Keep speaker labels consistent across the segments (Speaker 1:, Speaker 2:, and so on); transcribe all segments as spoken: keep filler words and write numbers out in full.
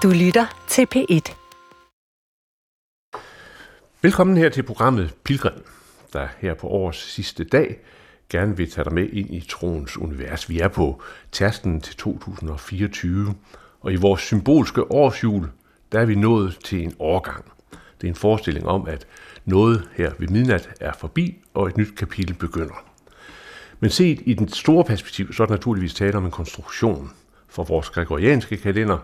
Speaker 1: Du lytter til P et.
Speaker 2: Velkommen her til programmet Pilgrim, der her på årets sidste dag gerne vil tage dig med ind i troens univers. Vi er på tærsklen til to tusind og fireogtyve, og i vores symbolske årsjul, der er vi nået til en overgang. Det er en forestilling om, at noget her ved midnat er forbi, og et nyt kapitel begynder. Men set i den store perspektiv, så er det naturligvis tale om en konstruktion, for vores gregorianske kalender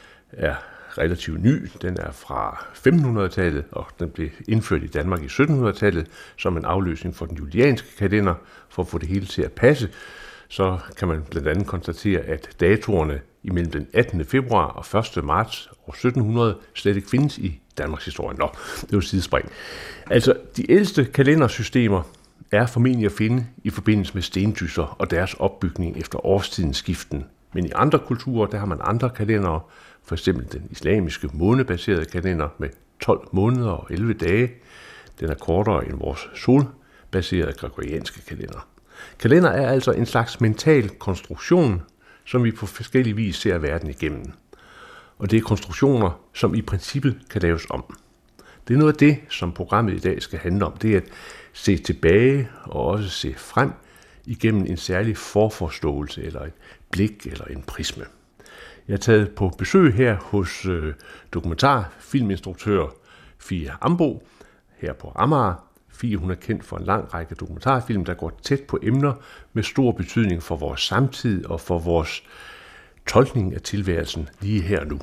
Speaker 2: er relativt ny. Den er fra femtenhundredetallet, og den blev indført i Danmark i syttenhundredetallet som en afløsning for den julianske kalender. For at få det hele til at passe, så kan man blandt andet konstatere, at datorerne imellem den attende februar og første marts år sytten hundrede slet ikke findes i Danmarks historie. Nå, det er jo sidespring. Altså, de ældste kalendersystemer er formentlig at finde i forbindelse med stendysser og deres opbygning efter årstidens skiften. Men i andre kulturer, der har man andre kalendere, for eksempel den islamiske månebaserede kalender med tolv måneder og elleve dage. Den er kortere end vores solbaserede gregorianske kalender. Kalender er altså en slags mental konstruktion, som vi på forskellige vis ser verden igennem. Og det er konstruktioner, som i princippet kan laves om. Det er noget af det, som programmet i dag skal handle om. Det er at se tilbage og også se frem igennem en særlig forforståelse eller et blik eller en prisme. Jeg er taget på besøg her hos øh, dokumentarfilminstruktør Fie Ambo her på Amager. Fie, hun er kendt for en lang række dokumentarfilm, der går tæt på emner med stor betydning for vores samtid og for vores tolkning af tilværelsen lige her og nu.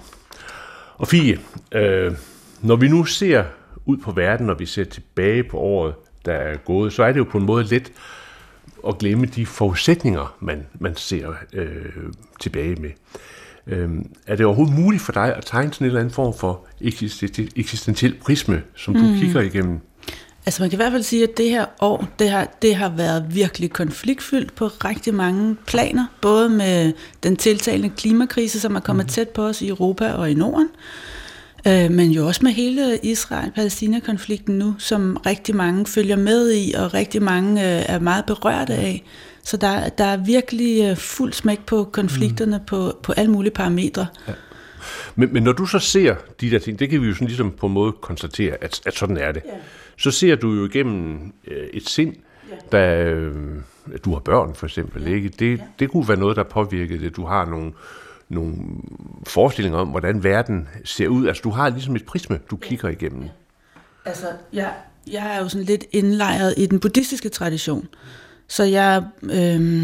Speaker 2: Og Fie, øh, når vi nu ser ud på verden, og vi ser tilbage på året, der er gået, så er det jo på en måde let at glemme de forudsætninger, man, man ser øh, tilbage med. Øhm, er det overhovedet muligt for dig at tegne sådan en eller anden form for eksistentiel prisme, som du mm. kigger igennem?
Speaker 3: Altså man kan i hvert fald sige, at det her år, det har, det har været virkelig konfliktfyldt på rigtig mange planer, både med den tiltagende klimakrise, som er kommet mm. tæt på os i Europa og i Norden, øh, men jo også med hele Israel-Palæstina-konflikten nu, som rigtig mange følger med i, og rigtig mange øh, er meget berørte af. Så der, der er virkelig fuld smæk på konflikterne mm. på, på alle mulige parametre. Ja.
Speaker 2: Men, men når du så ser de der ting, det kan vi jo sådan ligesom på en måde konstatere, at, at sådan er det. Ja. Så ser du jo igennem øh, et sind, ja. der øh, du har børn for eksempel, ja. ikke? Det, ja. det kunne være noget, der påvirker det. Du har nogle, nogle forestillinger om, hvordan verden ser ud. Altså du har ligesom et prisme, du ja. kigger igennem. Ja.
Speaker 3: Altså jeg, jeg er jo sådan lidt indlejret i den buddhistiske tradition. Så jeg, øh,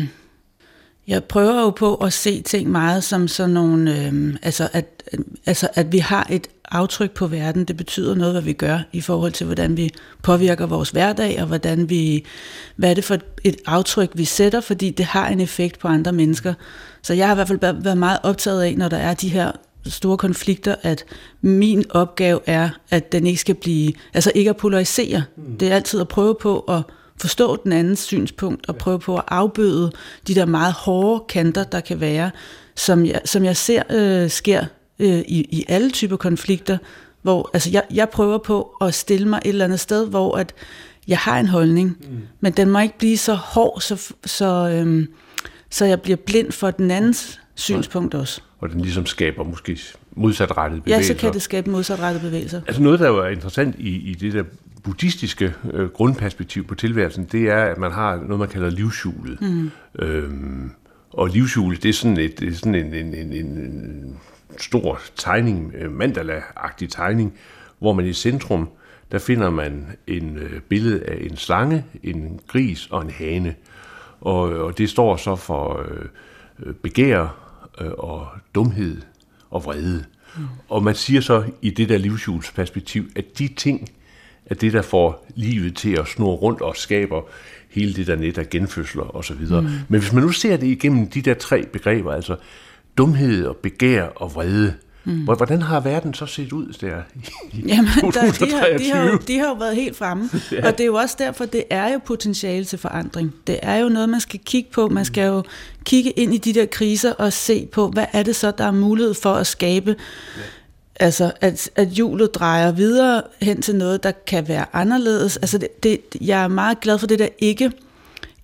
Speaker 3: jeg prøver jo på at se ting meget som sådan nogle, øh, altså, at, altså at vi har et aftryk på verden. Det betyder noget, hvad vi gør i forhold til, hvordan vi påvirker vores hverdag, og hvordan vi, hvad er det for et aftryk, vi sætter, fordi det har en effekt på andre mennesker. Så jeg har i hvert fald været meget optaget af, når der er de her store konflikter, at min opgave er, at den ikke skal blive, altså ikke at polarisere. Mm. Det er altid at prøve på at forstå den andens synspunkt og prøve på at afbøde de der meget hårde kanter, der kan være, som jeg, som jeg ser øh, sker øh, i, i alle typer konflikter, hvor altså jeg, jeg prøver på at stille mig et eller andet sted, hvor at jeg har en holdning, mm. men den må ikke blive så hård, så, så, øh, så jeg bliver blind for den andens synspunkt også.
Speaker 2: Og den ligesom skaber måske modsatrettede bevægelser.
Speaker 3: Ja, så kan det skabe modsatrettede bevægelser.
Speaker 2: Altså noget, der jo er interessant i, i det der buddhistiske øh, grundperspektiv på tilværelsen, det er, at man har noget, man kalder livshjulet. Mm. Øhm, og livshjulet, det er sådan, et, det er sådan en, en, en, en stor tegning, mandala-agtig tegning, hvor man i centrum, der finder man en øh, billede af en slange, en gris og en hane. Og, og det står så for øh, begær øh, og dumhed og vrede. Mm. Og man siger så i det der livshjulsperspektiv, at de ting er det, der får livet til at snurre rundt og skaber hele det der net af genfødsler osv. Mm. Men hvis man nu ser det igennem de der tre begreber, altså dumhed og begær og vrede, mm. hvordan har verden så set ud der i
Speaker 3: Jamen, der, de, har, de, har jo, de har jo været helt fremme, ja. Og det er jo også derfor, det er jo potentiale til forandring. Det er jo noget, man skal kigge på. Man skal jo kigge ind i de der kriser og se på, hvad er det så, der er mulighed for at skabe, ja. Altså, at, at hjulet drejer videre hen til noget, der kan være anderledes. Altså, det, det, jeg er meget glad for det der ikke,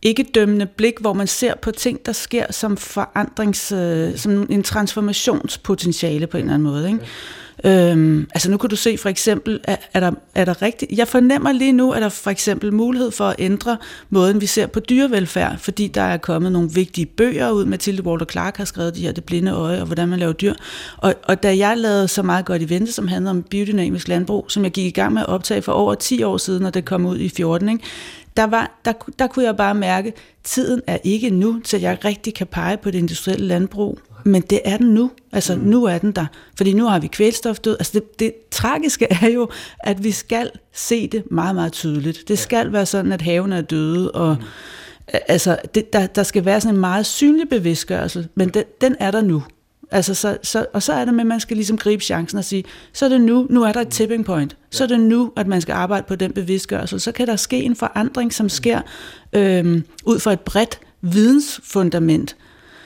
Speaker 3: ikke dømmende blik, hvor man ser på ting, der sker som forandrings, øh, som en transformationspotentiale på en eller anden måde, ikke? Øhm, altså nu kan du se for eksempel, er, er, der, er der rigtigt, jeg fornemmer lige nu, at der for eksempel mulighed for at ændre måden, vi ser på dyrevelfærd, fordi der er kommet nogle vigtige bøger ud. Mathilde Walter Clark har skrevet de her Det blinde øje, og hvordan man laver dyr. Og, og da jeg lavede Så meget godt i vente, som handler om biodynamisk landbrug, som jeg gik i gang med at optage for over ti år siden, og det kom ud i fjorten, ikke? Der, var, der, der kunne jeg bare mærke, at tiden er ikke nu, så jeg rigtig kan pege på det industrielle landbrug. Men det er den nu. Altså, mm. nu er den der. Fordi nu har vi kvælstofdød. Altså, det, det tragiske er jo, at vi skal se det meget, meget tydeligt. Det skal være sådan, at havene er døde, og mm. altså, det, der, der skal være sådan en meget synlig bevidstgørelse, men den, den er der nu. Altså, så, så, og så er det med, at man skal ligesom gribe chancen og sige, så er det nu, nu er der et tipping point. Så er det nu, at man skal arbejde på den bevidstgørelse. Så kan der ske en forandring, som sker øhm, ud fra et bredt vidensfundament.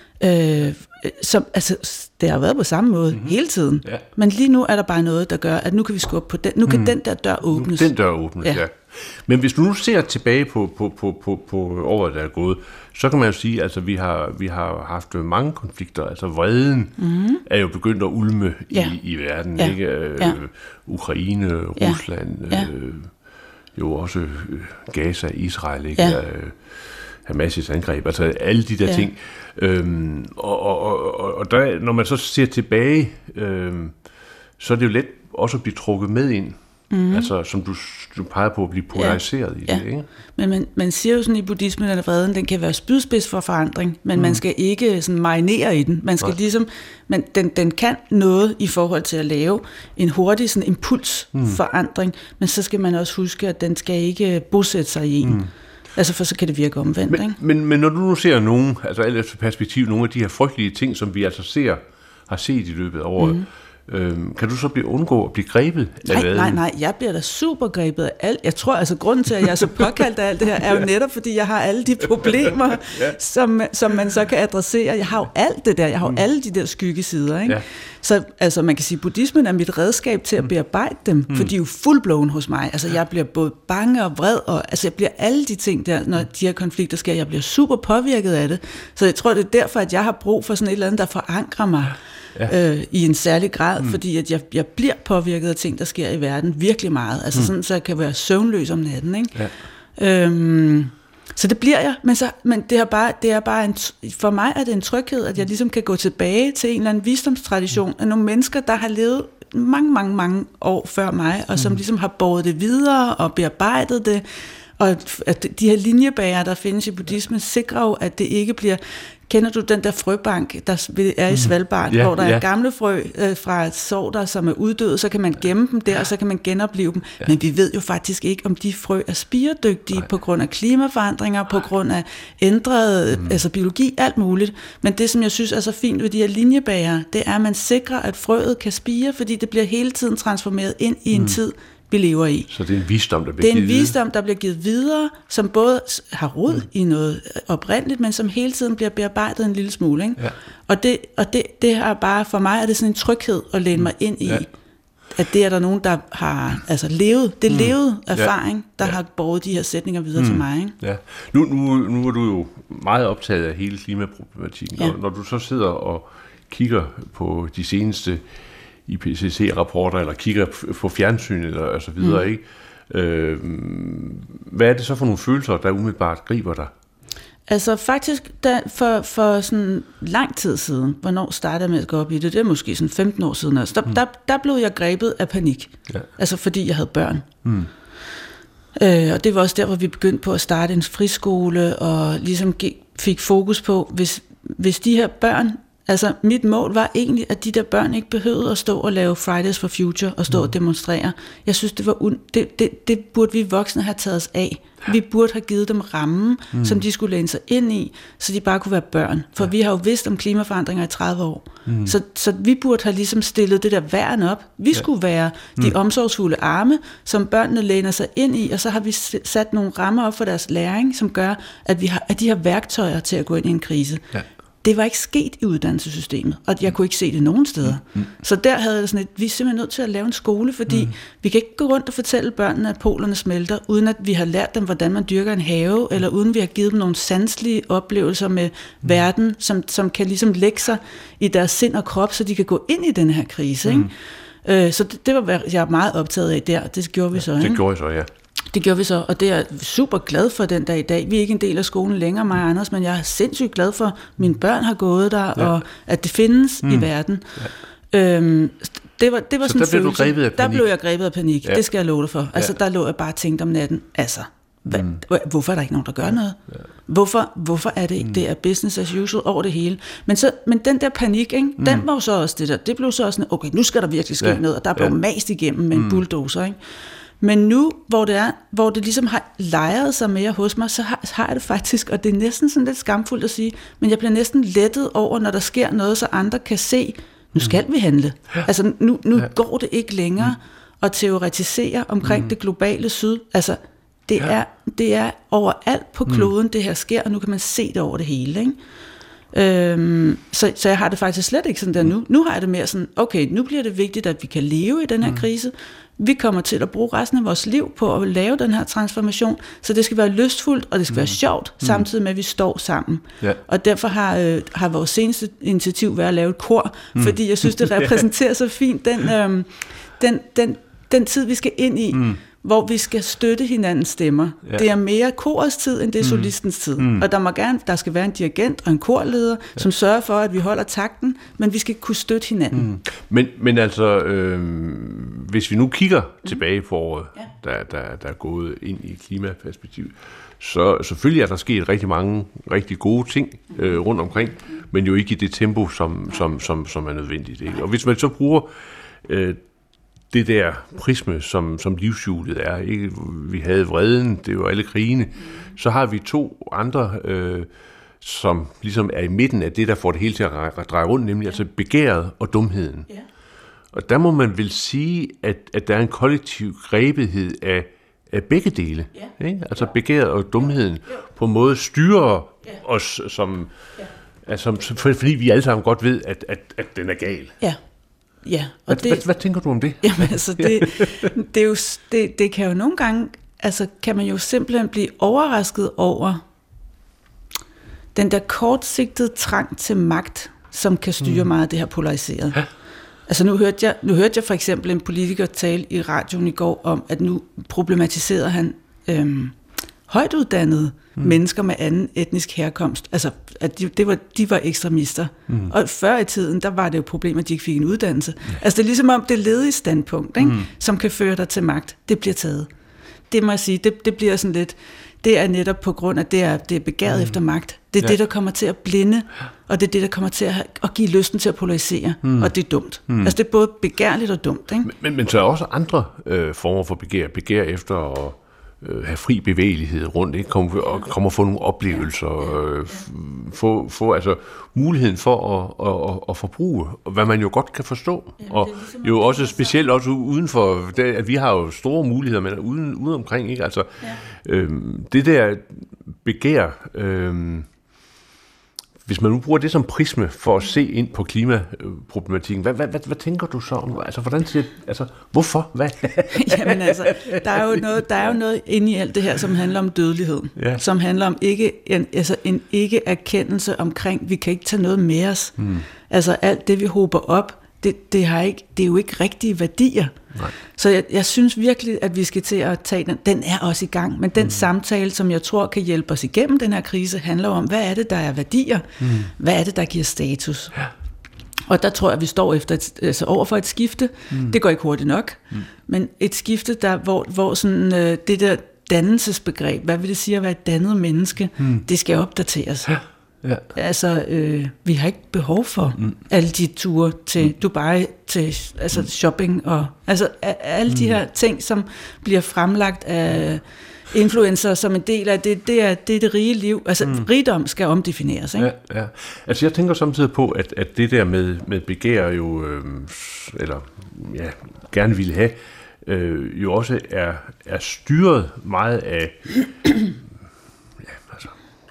Speaker 3: Øh, som, altså, det har været på samme måde mm-hmm. hele tiden. Ja. Men lige nu er der bare noget, der gør, at nu kan vi skubbe på den. Nu kan mm. den der dør åbnes.
Speaker 2: Den dør åbnes, ja. ja. Men hvis du nu ser tilbage på, på, på, på, på året, der er gået, så kan man jo sige, at altså, vi, har, vi har haft mange konflikter. Altså vreden mm-hmm. er jo begyndt at ulme ja. i, i verden.
Speaker 3: Ja.
Speaker 2: Ikke? Øh, ja. Ukraine, Rusland, ja. Ja. Øh, jo også øh, Gaza, Israel, ikke? Ja. Øh, Hamas' angreb, altså alle de der ja. ting. Øhm, og og, og, og der, når man så ser tilbage, øhm, så er det jo let også at blive trukket med ind. Mm-hmm. Altså, som du, du peger på at blive polariseret ja. i det,
Speaker 3: ja.
Speaker 2: ikke? Men
Speaker 3: man, man siger jo sådan i buddhismen, at vreden, den kan være spydspids for forandring, men mm. man skal ikke sådan marinere i den. Man skal Nej. ligesom, man, den, den kan noget i forhold til at lave en hurtig sådan impulsforandring, mm. men så skal man også huske, at den skal ikke bosætte sig i en. Mm. Altså, for så kan det virke omvendt,
Speaker 2: men,
Speaker 3: ikke?
Speaker 2: Men, men når du nu ser nogen, altså alt efter perspektiv, nogle af de her frygtelige ting, som vi altså ser, har set i løbet af året, mm. øhm, kan du så blive undgå at blive grebet af
Speaker 3: nej,
Speaker 2: vaden?
Speaker 3: Nej, nej, jeg bliver da super grebet af alt. Jeg tror, altså, grunden til, at jeg er så påkaldt af alt det her, er jo netop, fordi jeg har alle de problemer, ja. som, som man så kan adressere. Jeg har jo alt det der, jeg har jo mm. alle de der skyggesider, ikke? Ja. Så altså, man kan sige, at buddhismen er mit redskab til at bearbejde dem, mm. for de er jo fuldblåen hos mig. Altså, jeg bliver både bange og vred, og altså, jeg bliver alle de ting der, når de her konflikter sker. Jeg bliver super påvirket af det. Så jeg tror, det er derfor, at jeg har brug for sådan et eller andet, der forankrer mig ja. øh, i en særlig grad, mm. fordi at jeg, jeg bliver påvirket af ting, der sker i verden virkelig meget. Altså, mm. sådan, så jeg kan være søvnløs om natten, ikke? Ja. Øhm, Så det bliver jeg, men, så, men det, er bare, det er bare en, for mig er det en tryghed, at jeg ligesom kan gå tilbage til en eller anden visdomstradition af nogle mennesker, der har levet mange, mange, mange år før mig, og som ligesom har båret det videre og bearbejdet det, og at de her linjebager, der findes i buddhismen, sikrer jo, at det ikke bliver... Kender du den der frøbank, der er i Svalbard, mm. ja, hvor der ja. er gamle frø øh, fra sorter, som er uddøde, så kan man gemme dem der, og så kan man genopleve dem. Ja. Men vi ved jo faktisk ikke, om de frø er spiredygtige Nej. på grund af klimaforandringer, på grund af ændret mm. altså biologi, alt muligt. Men det, som jeg synes er så fint ved de her linjebager, det er, at man sikrer, at frøet kan spire, fordi det bliver hele tiden transformeret ind i en mm. tid, vi lever i.
Speaker 2: Så det er en visdom, der bliver givet
Speaker 3: Det er en visdom, der bliver givet videre, som både har rod mm. i noget oprindeligt, men som hele tiden bliver bearbejdet en lille smule. Ikke? Ja. Og, det, og det, det har bare, for mig er det sådan en tryghed at læne mig ind i, ja. at det er der nogen, der har altså levet, det er mm. levet erfaring, der ja. har båret de her sætninger videre mm. til mig. Ikke?
Speaker 2: Ja. Nu, nu, nu er du jo meget optaget af hele klimaproblematikken, ja. og når du så sidder og kigger på de seneste I P C C-rapporter, eller kigger på fjernsyn, eller så videre, mm. ikke? Øh, hvad er det så for nogle følelser, der umiddelbart griber dig?
Speaker 3: Altså faktisk, da, for, for sådan lang tid siden, hvornår startede jeg med at gå op i det, det er måske sådan femten år siden, altså, der, mm. der, der blev jeg grebet af panik, ja. altså fordi jeg havde børn. Mm. Øh, og det var også der, hvor vi begyndte på at starte en friskole, og ligesom fik fokus på, hvis, hvis de her børn, altså, mit mål var egentlig, at de der børn ikke behøvede at stå og lave Fridays for Future og stå mm. og demonstrere. Jeg synes, det var un- det, det, det burde vi voksne have taget os af. Vi burde have givet dem rammen, mm. som de skulle læne sig ind i, så de bare kunne være børn. For ja. vi har jo vidst om klimaforandringer i tredive år. Mm. Så, så vi burde have ligesom stillet det der værn op. Vi ja. skulle være de mm. omsorgsfulde arme, som børnene læner sig ind i, og så har vi sat nogle rammer op for deres læring, som gør, at, vi har, at de har værktøjer til at gå ind i en krise. Ja. det var ikke sket i uddannelsessystemet, og jeg kunne ikke se det nogen steder. Mm. Så der havde jeg sådan et, vi er simpelthen nødt til at lave en skole, fordi mm. vi kan ikke gå rundt og fortælle børnene, at polerne smelter, uden at vi har lært dem, hvordan man dyrker en have, eller uden vi har givet dem nogle sanselige oplevelser med mm. verden, som, som kan ligesom lægge sig i deres sind og krop, så de kan gå ind i den her krise. Mm. Ikke? Øh, så det, det var jeg er meget optaget af der, det gjorde vi så.
Speaker 2: Ja, det gjorde jeg så, ja.
Speaker 3: Det gjorde vi så, og det er jeg super glad for den dag i dag. Vi er ikke en del af skolen længere, mig og Anders, men jeg er sindssygt glad for, at mine børn har gået der, ja. og at det findes mm. i verden. Ja. Øhm, det var, det var
Speaker 2: så
Speaker 3: sådan
Speaker 2: der blev du grebet af panik?
Speaker 3: Der blev jeg grebet af panik, ja. Det skal jeg love dig for. Altså, ja. Der lå jeg bare og tænkte om natten, altså, hvad, mm. hvorfor er der ikke nogen, der gør noget? Ja. Hvorfor, hvorfor er det ikke? Mm. Det er business as usual over det hele. Men, så, men den der panik, ikke, mm. den var jo så også det der. Det blev så også sådan, okay, nu skal der virkelig ske ja. noget, og der blev ja. mast igennem med en mm. bulldozer, ikke? Men nu, hvor det er, hvor det ligesom har lejret sig mere hos mig, så har, har jeg det faktisk, og det er næsten sådan lidt skamfuldt at sige, men jeg bliver næsten lettet over, når der sker noget, så andre kan se, nu skal vi handle. Ja. Altså nu, nu ja. går det ikke længere mm. at teoretisere omkring mm. det globale syd. Altså det, ja. er, det er overalt på kloden, mm. det her sker, og nu kan man se det over det hele, ikke? Øhm, så, så jeg har det faktisk slet ikke sådan der nu. Nu har jeg det mere sådan, okay, nu bliver det vigtigt, at vi kan leve i den her mm. krise. Vi kommer til at bruge resten af vores liv på at lave den her transformation, så det skal være lystfuldt, og det skal mm. være sjovt, samtidig med, at vi står sammen. Ja. Og derfor har, øh, har vores seneste initiativ været at lave et kor, mm. fordi jeg synes, det repræsenterer så fint den, øh, den, den, den tid, vi skal ind i, mm. hvor vi skal støtte hinandens stemmer. Ja. Det er mere korets tid, end det er mm. solistens tid. Mm. Og der må gerne, der skal være en dirigent og en korleder, ja. som sørger for, at vi holder takten, men vi skal kunne støtte hinanden. Mm.
Speaker 2: Men, men altså, øh, hvis vi nu kigger mm. tilbage på året, ja. der, der, der er gået ind i klimaperspektiv, så selvfølgelig er der sket rigtig mange rigtig gode ting øh, rundt omkring, men jo ikke i det tempo, som, som, som, som er nødvendigt. Ikke? Og hvis man så bruger øh, det der prisme, som, som livshjulet er, ikke? Vi havde vreden, det er jo alle krigene, så har vi to andre, øh, som ligesom er i midten af det, der får det hele til at dreje rundt, nemlig altså begæret og dumheden. Ja. Og der må man vel sige, at, at der er en kollektiv grebethed af, af begge dele. Ja. Ikke? Altså begæret og dumheden ja. på en måde styrer ja. os, som, ja. altså, fordi vi alle sammen godt ved, at, at, at den er gal.
Speaker 3: Ja. Ja, og
Speaker 2: hvad,
Speaker 3: det,
Speaker 2: hvad, hvad tænker du om det?
Speaker 3: Jamen altså, det, det, er jo, det, det kan jo nogle gange, altså kan man jo simpelthen blive overrasket over den der kortsigtede trang til magt, som kan styre mm. meget af det her polariseret. Ja. Altså nu hørte, jeg, nu hørte jeg for eksempel en politiker tale i radioen i går om, at nu problematiserede han øhm, højtuddannede mm. mennesker med anden etnisk herkomst. Altså, at de, det var, de var ekstremister. Mm. Og før i tiden, der var det jo et problem, at de ikke fik en uddannelse. Mm. Altså, det er ligesom om det ledige standpunkt, ikke? Mm. som kan føre dig til magt. Det bliver taget. Det må jeg sige, det, det bliver sådan lidt, det er netop på grund af, at det er, det er begæret mm. efter magt. Det er ja. det, der kommer til at blinde, og det er det, der kommer til at, have, at give lysten til at polarisere. Mm. Og det er dumt. Mm. Altså, det er både begærligt og dumt, ikke?
Speaker 2: Men, men, men så er også andre øh, former for begær. Begær efter at have fri bevægelighed rundt, ikke? Komme og komme og få nogle oplevelser, øh, få, få altså muligheden for at, at, at, at forbruge, hvad man jo godt kan forstå, ja, og ligesom jo også specielt også uden for, det, at vi har jo store muligheder, men uden, uden omkring, ikke? Altså, ja. øh, det der begær, øh, hvis man nu bruger det som prisme for at se ind på klimaproblematikken, hvad, hvad, hvad, hvad tænker du så om? Altså, hvordan siger, altså, hvorfor? Hvad?
Speaker 3: Jamen altså, der er, jo noget, der er jo noget inde i alt det her, som handler om dødelighed. Ja. Som handler om ikke, en, altså en ikke-erkendelse omkring, vi kan ikke tage noget med os. Hmm. Altså alt det, vi hober op, det, det, har ikke, det er jo ikke rigtige værdier. Nej. Så jeg, jeg synes virkelig, at vi skal til at tage den. Den er også i gang, men den mm. samtale, som jeg tror kan hjælpe os igennem den her krise, handler om, hvad er det, der er værdier? Mm. Hvad er det, der giver status? Ja. Og der tror jeg, at vi står efter et, altså over for et skifte. Mm. Det går ikke hurtigt nok, mm. men et skifte, der, hvor, hvor sådan, øh, det der dannelsesbegreb, hvad vil det sige at være et dannet menneske, mm. det skal opdateres. Ja. Ja. Altså, øh, vi har ikke behov for mm. alle de ture til mm. Dubai, til altså mm. shopping og altså alle de her ting, som bliver fremlagt af influencer som en del af det, det er det, er det rige liv. Altså, mm. rigdom skal omdefineres, ikke?
Speaker 2: Ja, ja. Altså, jeg tænker samtidig på, at, at det der med, med begær jo, øh, eller ja, gerne ville have, øh, jo også er, er styret meget af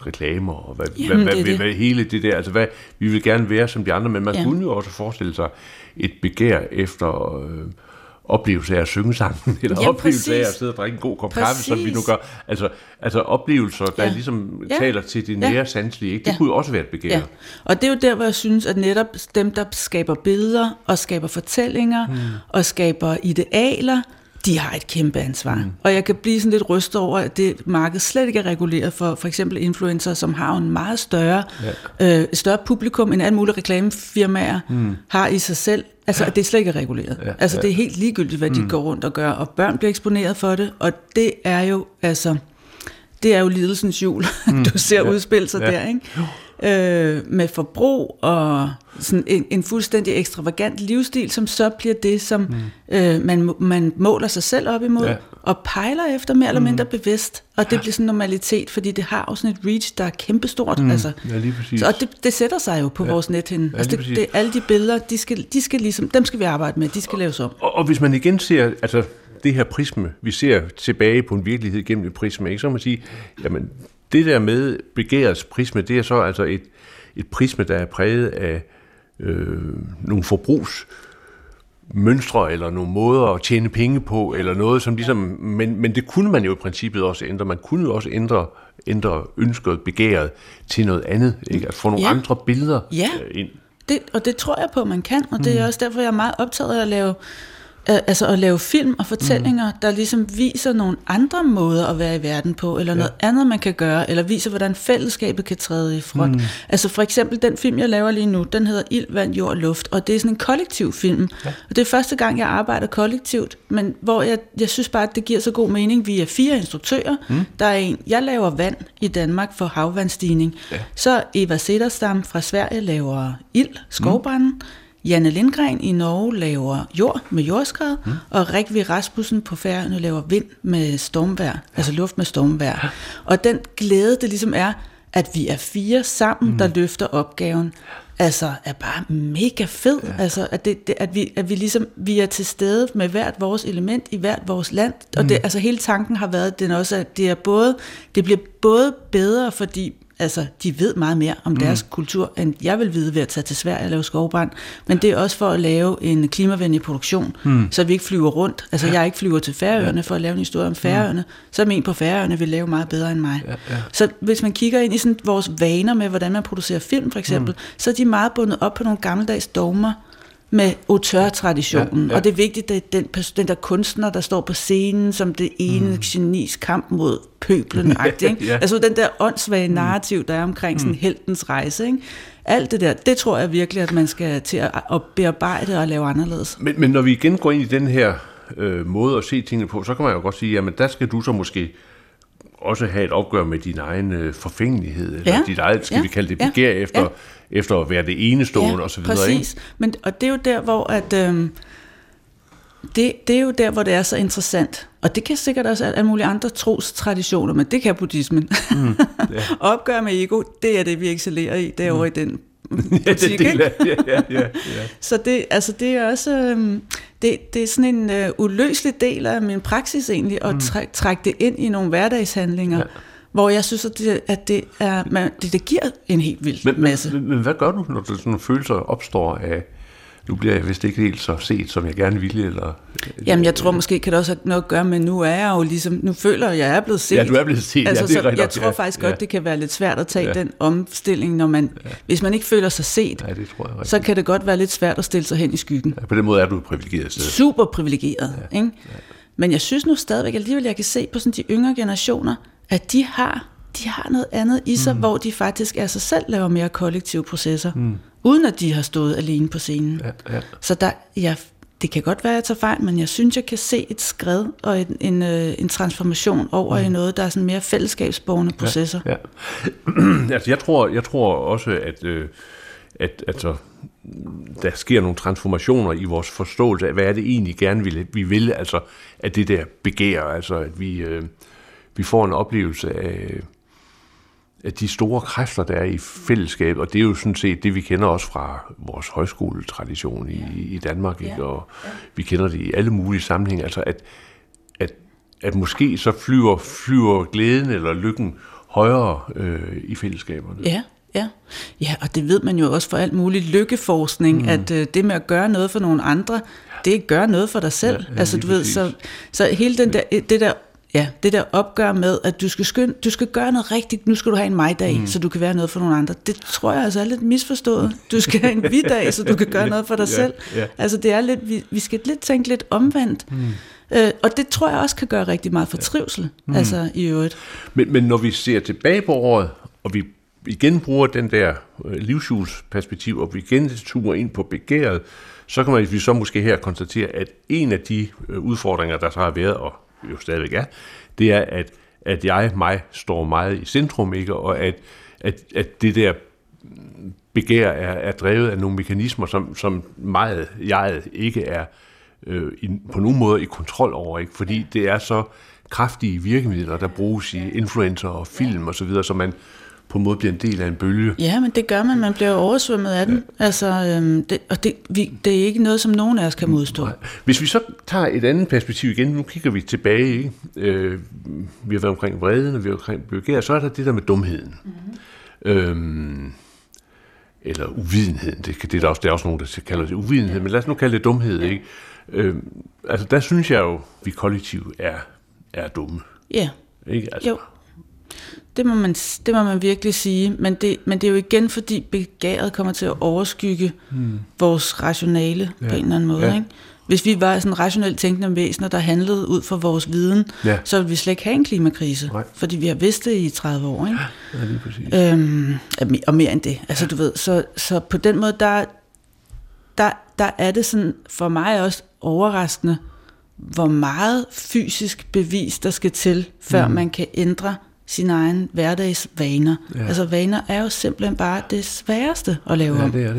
Speaker 2: vores reklamer, og hvad,
Speaker 3: Jamen,
Speaker 2: hvad,
Speaker 3: det
Speaker 2: hvad,
Speaker 3: det.
Speaker 2: hvad hele det der, altså hvad, vi vil gerne være som de andre, men man
Speaker 3: Ja.
Speaker 2: kunne jo også forestille sig et begær efter øh, oplevelse af at synge sangen, eller
Speaker 3: Ja,
Speaker 2: oplevelse af
Speaker 3: præcis.
Speaker 2: at sidde og drikke en god kop
Speaker 3: Præcis.
Speaker 2: kaffe, som vi nu gør. Altså, altså oplevelser, der
Speaker 3: Ja.
Speaker 2: ligesom
Speaker 3: Ja.
Speaker 2: taler til det
Speaker 3: Ja.
Speaker 2: nære sanselige, ikke? Det
Speaker 3: Ja.
Speaker 2: kunne jo også være et begær.
Speaker 3: Ja, og det er jo der, hvor jeg synes, at netop dem, der skaber billeder og skaber fortællinger mm. og skaber idealer, de har et kæmpe ansvar. Mm. Og jeg kan blive sådan lidt rystet over, at det marked slet ikke er reguleret for for eksempel influencer, som har en meget større, ja. øh, større publikum, end alle mulige reklamefirmaer mm. har i sig selv. Altså, at det slet ikke er reguleret. Ja, altså, ja. Det er helt ligegyldigt, hvad de mm. går rundt og gør, og børn bliver eksponeret for det, og det er jo, altså, det er jo lidelsens jul, mm. du ser ja. udspille sig ja. der, ikke? Øh, med forbrug og sådan en, en fuldstændig ekstravagant livsstil, som så bliver det, som mm. øh, man, man måler sig selv op imod, ja. og pejler efter mere eller mindre mm. bevidst, og det bliver sådan en normalitet, fordi det har jo sådan et reach, der er kæmpestort.
Speaker 2: Mm.
Speaker 3: Altså.
Speaker 2: Ja, lige præcis.
Speaker 3: Så, og det, det sætter sig jo på ja. vores nethinde.
Speaker 2: Ja,
Speaker 3: altså det, det, alle de billeder, de skal, de skal ligesom, dem skal vi arbejde med, de skal laves om.
Speaker 2: Og, og hvis man igen ser, altså det her prisme, vi ser tilbage på en virkelighed gennem et prisme, ikke? Så må man sige, jamen det der med begærets prisme, det er så altså et, et prisme, der er præget af øh, nogle forbrugsmønstre, eller nogle måder at tjene penge på, eller noget som ligesom, men, men det kunne man jo i princippet også ændre. Man kunne jo også ændre, ændre ønsket, begæret til noget andet, ikke? At få nogle
Speaker 3: ja.
Speaker 2: andre billeder
Speaker 3: ja.
Speaker 2: øh, ind.
Speaker 3: Det, og det tror jeg på, man kan, og det er også derfor, jeg er meget optaget af at lave altså at lave film og fortællinger, mm. der ligesom viser nogle andre måder at være i verden på, eller ja. noget andet, man kan gøre, eller viser, hvordan fællesskabet kan træde i front. Mm. Altså for eksempel den film, jeg laver lige nu, den hedder Ild, Vand, Jord og Luft, og det er sådan en kollektiv film. Ja. Og det er første gang, jeg arbejder kollektivt, men hvor jeg, jeg synes bare, at det giver så god mening. Vi er fire instruktører. Mm. Der er en, jeg laver vand i Danmark for havvandsstigning. Ja. Så Eva Sederstam fra Sverige laver ild, skovbranden. Mm. Janne Lindgren i Norge laver jord med jordskred, mm. og Rikvi Rasmussen på Færøerne laver vind med stormvejr, ja. altså luft med stormvejr. Ja. Og den glæde, det ligesom er, at vi er fire sammen, mm. der løfter opgaven, altså er bare mega fed. Ja. Altså, at, det, det, at, vi, at vi ligesom vi er til stede med hvert vores element i hvert vores land. Og det, mm. altså, hele tanken har været, den også, at det, er både, det bliver både bedre, fordi altså, de ved meget mere om deres mm. kultur, end jeg vil vide ved at tage til Sverige og lave skovbrand. Men det er også for at lave en klimavenlig produktion, mm. så vi ikke flyver rundt. Altså, jeg ikke flyver til Færøerne for at lave en historie om Færøerne. Mm. Så er en på Færøerne vil lave meget bedre end mig. Ja, ja. Så hvis man kigger ind i sådan vores vaner med, hvordan man producerer film, for eksempel, mm. så er de meget bundet op på nogle gammeldags dogmer, med auteur-traditionen, ja, ja. Og det er vigtigt, at den, den der kunstner, der står på scenen, som det ene mm. genis kamp mod pøblen, ja, ja. Altså den der åndssvage narrativ, der er omkring sådan heltens rejse, ikke? Alt det der, det tror jeg virkelig, at man skal til at, at bearbejde og lave anderledes.
Speaker 2: Men, men når vi igen går ind i den her øh, måde at se tingene på, så kan man jo godt sige, jamen der skal du så måske også have et opgør med din egen øh, forfængelighed, eller ja. dit eget, skal ja. vi kalde det, begær ja. efter, ja. efter at være det enestående, ja, og så videre.
Speaker 3: Præcis. Ikke? Men, og det er jo der, hvor at, øhm, det, det er jo der, hvor det er så interessant. Og det kan sikkert også alle mulige andre trostraditioner, men det kan buddhismen. Mm, yeah. Opgør med ego, det er det, vi excellerer i, derovre mm. i den butik, ja, det ja, ja, ja, ja. Så det, altså det er også øhm, det, det er sådan en øh, uløselig del af min praksis egentlig, at mm. træ, trække det ind i nogle hverdagshandlinger, ja. Hvor jeg synes, at det, at det, er, man, det, det giver en helt vild
Speaker 2: men,
Speaker 3: masse.
Speaker 2: Men, men hvad gør du, når sådan nogle følelser opstår af, nu bliver jeg vist ikke helt så set, som jeg gerne ville, eller...
Speaker 3: Jamen, jeg tror måske, kan det også have noget at gøre med, nu er jeg jo ligesom, nu føler jeg, at jeg er blevet set.
Speaker 2: Ja, du er blevet set,
Speaker 3: altså,
Speaker 2: ja, det er
Speaker 3: så jeg tror faktisk ja. godt, det kan være lidt svært at tage ja. den omstilling, når man, ja. hvis man ikke føler sig set,
Speaker 2: ja, det tror jeg,
Speaker 3: så kan det godt være lidt svært at stille sig hen i skyggen.
Speaker 2: Ja, på den måde er du privilegeret. Så.
Speaker 3: Super privilegeret, ja. ikke? Ja. Men jeg synes nu stadigvæk, alligevel jeg kan se på sådan de yngre generationer, at de har, de har noget andet i sig, mm. hvor de faktisk af sig selv laver mere kollektive processer, mm. uden at de har stået alene på scenen. Ja, ja. Så der, ja, det kan godt være, at jeg tager fejl, men jeg synes, jeg kan se et skred og en, en, en transformation over mm. i noget, der er sådan mere fællesskabsborgende processer. Ja,
Speaker 2: ja. altså, jeg tror, jeg tror også, at, øh, at altså, der sker nogle transformationer i vores forståelse af, hvad er det egentlig gerne vil, vi vil, altså at det der begær, altså at vi, øh, vi får en oplevelse af af de store kræfter, der er i fællesskab, og det er jo sådan set det, vi kender også fra vores højskoletradition i, i Danmark, ikke? Og vi kender det i alle mulige sammenhænge, altså at, at, at måske så flyver, flyver glæden eller lykken højere øh, i fællesskaberne.
Speaker 3: Ja, ja. Ja, og det ved man jo også for alt muligt lykkeforskning, mm. at øh, det med at gøre noget for nogle andre, det er at gøre noget for dig selv. Ja, ja, altså du ved, så, så hele den der, det der, ja, det der opgør med, at du skal, skynde, du skal gøre noget rigtigt, nu skal du have en mig-dag, mm. så du kan være noget for nogle andre. Det tror jeg altså er lidt misforstået. Du skal have en vi-dag, så du kan gøre noget for dig ja, selv. Ja. Altså det er lidt, vi, vi skal lidt tænke lidt omvendt. Mm. Øh, og det tror jeg også kan gøre rigtig meget for trivsel, mm. altså i øvrigt.
Speaker 2: Men, men når vi ser tilbage på året, og vi igen bruger den der livshjulsperspektiv, og vi igen turer ind på begæret, så kan man vi så måske her konstatere, at en af de udfordringer, der så har været, og jo stadigvæk er, det er, at, at jeg, mig, står meget i centrum, ikke? Og at, at, at det der begær er, er drevet af nogle mekanismer, som, som meget jeg ikke er øh, i, på nogen måde i kontrol over, ikke? Fordi det er så kraftige virkemidler, der bruges i influencer og film og så videre, så man på en måde bliver en del af en bølge.
Speaker 3: Ja, men det gør man. Man bliver oversvømmet af den. Ja. Altså, øhm, det, og det, vi, det er ikke noget, som nogen af os kan modstå. Nej.
Speaker 2: Hvis vi så tager et andet perspektiv igen, nu kigger vi tilbage, ikke? Øh, vi har været omkring vreden, og vi har været omkring begær, så er der det der med dumheden. Mm-hmm. Øhm, eller uvidenheden. Det, det, er der også, det er også nogen, der kalder det uvidenhed, ja. Men lad os nu kalde det dumhed. Ikke? Øhm, altså, der synes jeg jo, at vi kollektivt er, er dumme.
Speaker 3: Ja.
Speaker 2: Ikke? Altså,
Speaker 3: jo. Det må man, det må man virkelig sige, men det, men det er jo igen, fordi begæret kommer til at overskygge hmm. vores rationale ja. På en eller anden måde. Ja. Ikke? Hvis vi var sådan rationelt tænkende væsener, der handlede ud fra vores viden, ja. Så ville vi slet ikke have en klimakrise, nej. Fordi vi har vidst det i tredive år. Ikke?
Speaker 2: Ja, lige præcis.
Speaker 3: Øhm, og mere end det. Altså, ja. Du ved, så, så på den måde, der, der, der er det sådan for mig også overraskende, hvor meget fysisk bevis der skal til, før mm. man kan ændre sine egne hverdagsvaner. Ja. Altså vaner er jo simpelthen bare det sværeste at lave
Speaker 2: ja,
Speaker 3: om.
Speaker 2: det er det.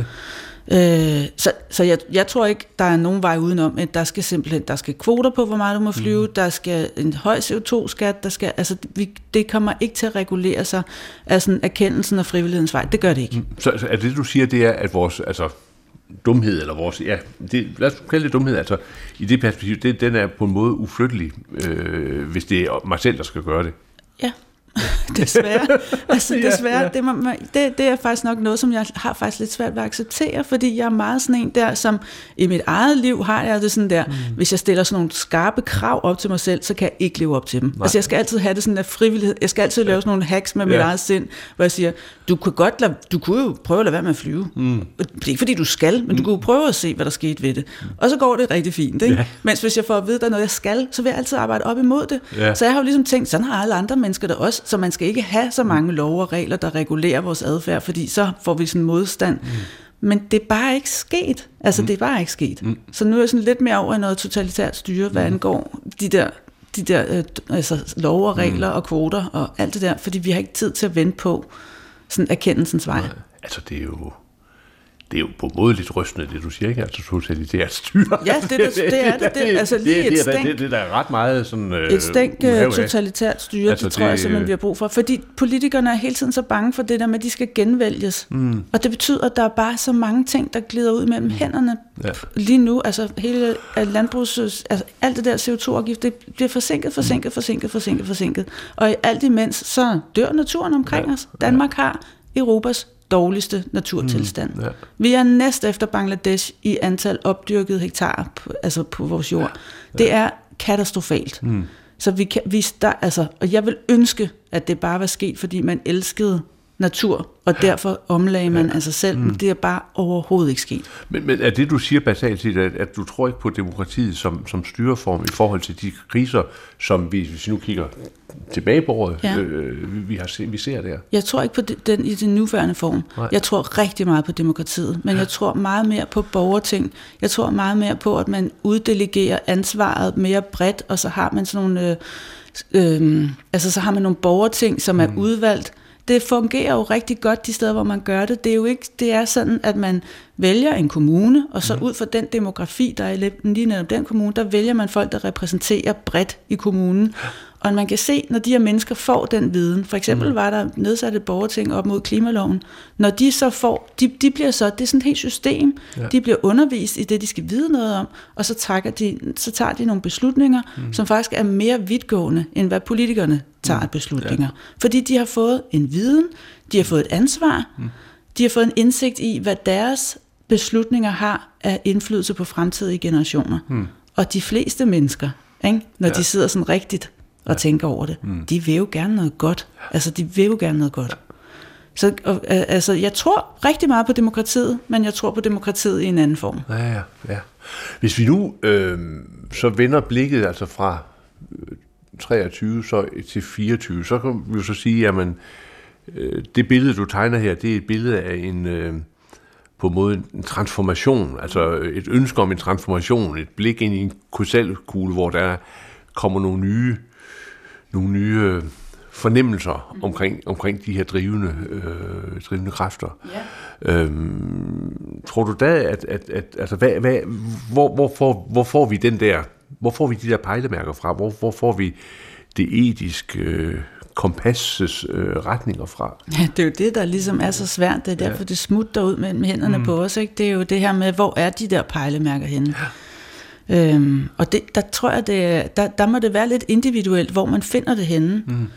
Speaker 3: Øh, så så jeg, jeg tror ikke, der er nogen vej udenom, at der skal simpelthen der skal kvoter på, hvor meget du må flyve, mm. der skal en høj C O to skat, der skal, altså vi, det kommer ikke til at regulere sig af sådan erkendelsen og frivillighedens vej. Det gør det ikke.
Speaker 2: Så, så er det, du siger, det er, at vores, altså dumhed, eller vores, ja, det, lad os kalde det dumhed, altså i det perspektiv, det, den er på en måde uflyttelig, øh, hvis det er mig selv, der skal gøre det.
Speaker 3: Ja. Desværre. Altså desværre, ja, ja. Det, må, det, det er faktisk nok noget, som jeg har faktisk lidt svært ved at acceptere, fordi jeg er meget sådan en der, som i mit eget liv har jeg det sådan der, mm. hvis jeg stiller sådan nogle skarpe krav op til mig selv, så kan jeg ikke leve op til dem. Nej. Altså jeg skal altid have det sådan der frivillighed, jeg skal altid lave sådan nogle hacks med ja. Mit eget sind, hvor jeg siger, du kunne godt lade, du kunne jo prøve at lade være med at flyve. Mm. Det er ikke fordi du skal, men mm. du kunne jo prøve at se, hvad der skete ved det. Mm. Og så går det rigtig fint, ikke? Ja. Mens hvis jeg får at vide, der er noget, jeg skal, så vil jeg altid arbejde op imod det. Ja. Så jeg har jo ligesom tænkt, sådan har alle andre mennesker der også, så man skal ikke have så mange love og regler, der regulerer vores adfærd, fordi så får vi sådan modstand. Mm. Men det er bare ikke sket. Altså, mm. det er bare ikke sket. Mm. Så nu er jeg sådan lidt mere over i noget totalitært styre, hvad mm. angår de der, de der øh, altså, love og regler mm. og kvoter og alt det der, fordi vi har ikke tid til at vente på sådan erkendelsens vej.
Speaker 2: Nej, altså, det er jo... Det er jo på en måde lidt rystende, det du siger, ikke? Altså totalitært styre.
Speaker 3: Ja, det, det, det er det. det altså lige
Speaker 2: det,
Speaker 3: et
Speaker 2: stænk.
Speaker 3: Det,
Speaker 2: det, det, det er ret meget sådan... Øh,
Speaker 3: et stænk uh, totalitært styre, altså det tror det, jeg simpelthen, vi har brug for. Fordi politikerne er hele tiden så bange for det der med, at de skal genvælges. Mm. Og det betyder, at der er bare så mange ting, der glider ud mellem mm. hænderne. Ja. Lige nu, altså hele landbrugs... Altså alt det der C O to afgift, det bliver forsinket, forsinket, forsinket, forsinket, forsinket. Og alt imens, så dør naturen omkring ja. Os. Danmark har Europas dårligste naturtilstand. Mm, ja. Vi er næst efter Bangladesh i antal opdyrkede hektar på, altså på vores jord. Ja, ja. Det er katastrofalt. Mm. Så vi kan, vi der, altså, og jeg vil ønske, at det bare var sket, fordi man elskede natur, og derfor omlagde man ja. Af sig selv. Mm. Det er bare overhovedet ikke sket.
Speaker 2: Men, men er det, du siger basalt set, at, at du tror ikke på demokratiet som, som styreform i forhold til de kriser, som vi, hvis vi nu kigger tilbage på året, ja. øh, vi, har, vi ser der?
Speaker 3: Jeg tror ikke på den i den nuværende form. Nej. Jeg tror rigtig meget på demokratiet, men ja. Jeg tror meget mere på borgerting. Jeg tror meget mere på, at man uddelegerer ansvaret mere bredt, og så har man sådan nogle, øh, øh, altså så har man nogle borgerting, som er mm. udvalgt. Det fungerer jo rigtig godt de steder, hvor man gør det. Det er jo ikke, det er sådan, at man vælger en kommune, og så mm. ud fra den demografi, der er i lige netop den kommune, der vælger man folk, der repræsenterer bredt i kommunen. Og man kan se, når de her mennesker får den viden, for eksempel mm. var der nedsat et borgerting op mod klimaloven, når de så får, de, de bliver så, det er sådan et helt system, ja. De bliver undervist i det, de skal vide noget om, og så, trækker de, så tager de nogle beslutninger, mm. som faktisk er mere vidtgående, end hvad politikerne tager af beslutninger. Ja. Fordi de har fået en viden, de har fået et ansvar, mm. de har fået en indsigt i, hvad deres beslutninger har af indflydelse på fremtidige generationer. Mm. Og de fleste mennesker, ikke, når ja. De sidder sådan rigtigt og ja. Tænker over det, mm. de vil jo gerne noget godt. Altså, de vil jo gerne noget godt. Ja. Så og, altså, jeg tror rigtig meget på demokratiet, men jeg tror på demokratiet i en anden form.
Speaker 2: Ja, ja, ja. Hvis vi nu øh, så vender blikket altså fra treogtyve så til fireogtyve, så kan vi jo så sige, jamen, øh, det billede, du tegner her, det er et billede af en, øh, på en måde en transformation, altså et ønske om en transformation, et blik ind i en krystalkugle, hvor der kommer nogle nye, nogle nye øh, fornemmelser mm. omkring, omkring de her drivende, øh, drivende kræfter. Yeah. Øhm, tror du da, at, at, at altså, hvad, hvad, hvor, hvor, får, hvor får vi den der, hvor får vi de der pejlemærker fra? Hvor, hvor får vi det etiske øh, kompasses øh, retninger fra?
Speaker 3: Ja, det er jo det, der ligesom er så svært. Det er derfor, ja. Det smutter ud mellem hænderne mm. på os. Ikke? Det er jo det her med, hvor er de der pejlemærker henne? Ja. Øhm, og det, der tror jeg, det, der, der må det være lidt individuelt, hvor man finder det henne. Mm.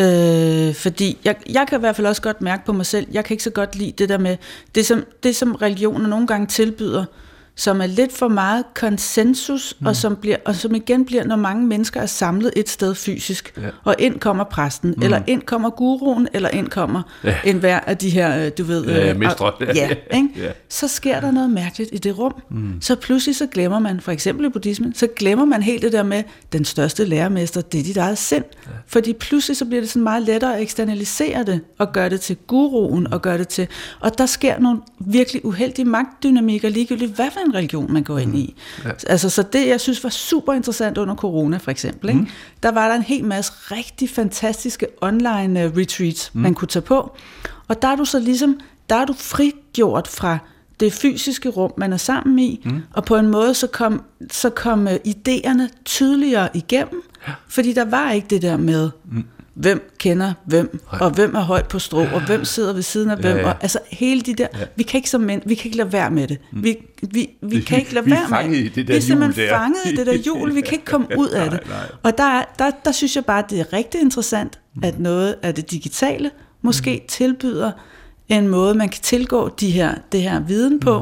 Speaker 3: Øh, fordi jeg, jeg kan i hvert fald også godt mærke på mig selv, jeg kan ikke så godt lide det der med, det som, det som religioner nogle gange tilbyder, som er lidt for meget konsensus, mm. og, som bliver, og som igen bliver, når mange mennesker er samlet et sted fysisk, ja. Og ind kommer præsten, mm. eller ind kommer guruen, eller ind kommer ja. En hver af de her, du ved...
Speaker 2: Ja, mestre.
Speaker 3: Ja, ja, ikke? Ja. Så sker der noget mærkeligt i det rum. Mm. Så pludselig så glemmer man, for eksempel i buddhismen, så glemmer man helt det der med, den største lærermester, det er dit eget sind. Ja. Fordi pludselig så bliver det sådan meget lettere at eksternalisere det, og gøre det til guruen, og gøre det til... Og der sker nogle virkelig uheldige magtdynamikker, ligegyldigt hvad for en religion man går ind i. Ja. Altså, så det, jeg synes var super interessant under corona, for eksempel, ikke? Mm. Der var der en hel masse rigtig fantastiske online uh, retreats, mm. man kunne tage på, og der er du så ligesom, der er du frigjort fra det fysiske rum, man er sammen i, mm. og på en måde, så kom, så kom uh, idéerne tydeligere igennem, ja. Fordi der var ikke det der med, mm. hvem kender hvem, Nej. Og hvem er højt på strå, og hvem sidder ved siden af hvem, ja, ja. Og altså hele de der, ja. vi kan ikke som mænd, vi kan ikke lade være med det. Vi, vi, vi, vi kan ikke lade være med det.
Speaker 2: det
Speaker 3: vi er simpelthen fanget i det der hjul, vi kan ikke komme ud af det. Nej, nej. Og der, der, der synes jeg bare, det er rigtig interessant, at noget af det digitale måske mm. tilbyder en måde, man kan tilgå de her, det her viden på, mm.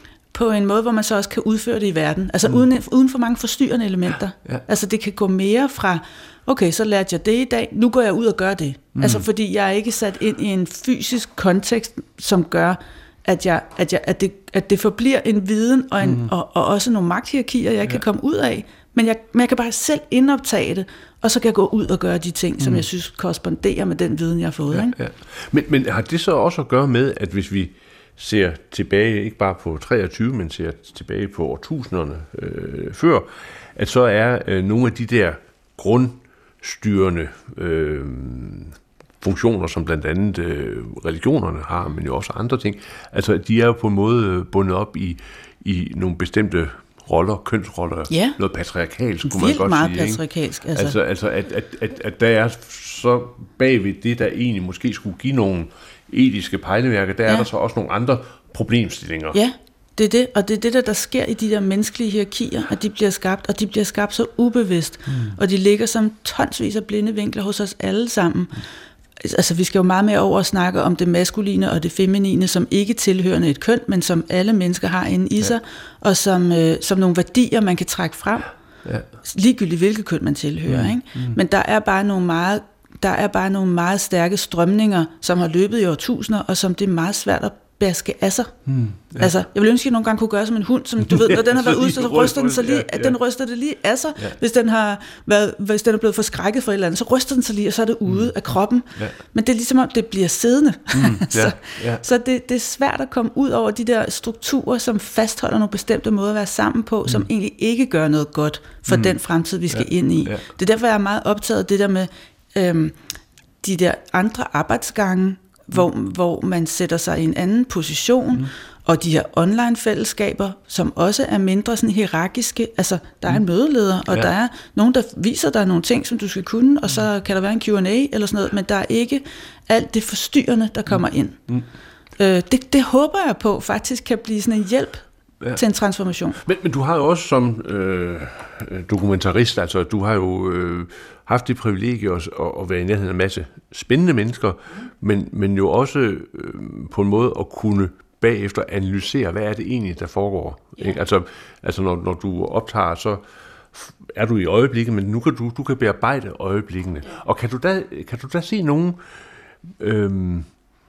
Speaker 3: på en måde, hvor man så også kan udføre det i verden. Altså mm. uden, uden for mange forstyrrende elementer. Ja, ja. Altså det kan gå mere fra, okay, så lærte jeg det i dag, nu går jeg ud og gør det. Mm. Altså fordi jeg er ikke sat ind i en fysisk kontekst, som gør, at, jeg, at, jeg, at, det, at det forbliver en viden, og, en, mm. og, og også nogle magthierarkier, jeg ja. Kan komme ud af. Men jeg, men jeg kan bare selv indoptage det, og så kan jeg gå ud og gøre de ting, mm. som jeg synes korresponderer med den viden, jeg har fået.
Speaker 2: Ja,
Speaker 3: ikke?
Speaker 2: Ja. Men, men har det så også at gøre med, at hvis vi ser tilbage, ikke bare på treogtyve, men ser tilbage på årtusinderne øh, før, at så er øh, nogle af de der grundstyrende øh, funktioner, som blandt andet øh, religionerne har, men jo også andre ting, altså de er jo på en måde bundet op i, i nogle bestemte roller, kønsroller,
Speaker 3: ja.
Speaker 2: Noget patriarkalsk, kunne
Speaker 3: Vildt
Speaker 2: man godt
Speaker 3: meget
Speaker 2: sige.
Speaker 3: Patriarkalsk,
Speaker 2: altså. Altså, altså at, at, at, at der er så bagved det, der egentlig måske skulle give nogle etiske pejlemærker, der ja. Er der så også nogle andre problemstillinger.
Speaker 3: Ja, det er det, og det er det, der, der sker i de der menneskelige hierarkier, at de bliver skabt, og de bliver skabt så ubevidst, mm. og de ligger som tonsvis af blinde vinkler hos os alle sammen. Mm. Altså, vi skal jo meget mere over at snakke om det maskuline og det feminine, som ikke tilhørende et køn, men som alle mennesker har inde i sig, ja. Og som, øh, som nogle værdier, man kan trække frem, ja. Ligegyldigt hvilket køn man tilhører. Mm. Ikke? Mm. Men der er bare nogle meget Der er bare nogle meget stærke strømninger, som har løbet i årtusinder, og som det er meget svært at bærske af sig. Hmm, ja. Altså, jeg vil ønske, at jeg nogle gange kunne gøre som en hund, som du ved, når den har været ude, så ryster den så lige, ja, ja. Den ryster det lige af sig. Ja. Hvis den har været, hvis den er blevet forskrækket for et eller andet, så ryster den sig lige, og så er det ude mm. af kroppen. Ja. Men det er ligesom om, det bliver siddende. Mm, ja, så ja. så det, det er svært at komme ud over de der strukturer, som fastholder nogle bestemte måder at være sammen på, mm. som egentlig ikke gør noget godt for mm. den fremtid, vi skal ja. Ind i. Ja. Det er derfor, jeg er meget optaget af det der med øhm, de der andre arbejdsgange, Hvor, hvor man sætter sig i en anden position, mm. og de her online-fællesskaber, som også er mindre sådan hierarkiske. Altså, der er en mødeleder, og ja. der er nogen, der viser dig nogle ting, som du skal kunne, og så kan der være en Q and A eller sådan noget, men der er ikke alt det forstyrrende, der kommer ind. Mm. Øh, det, det håber jeg på faktisk kan blive sådan en hjælp ja. til en transformation.
Speaker 2: Men, men du har jo også som øh, dokumentarist, altså du har jo øh, haft det privilegie at, at være i nærheden af en masse spændende mennesker, men, men jo også øh, på en måde at kunne bagefter analysere, hvad er det egentlig, der foregår. Ja. Ikke? Altså, altså når, når du optager, så er du i øjeblikket, men nu kan du, du kan bearbejde øjeblikkene. Ja. Og kan du da, kan du da se nogle, øhm,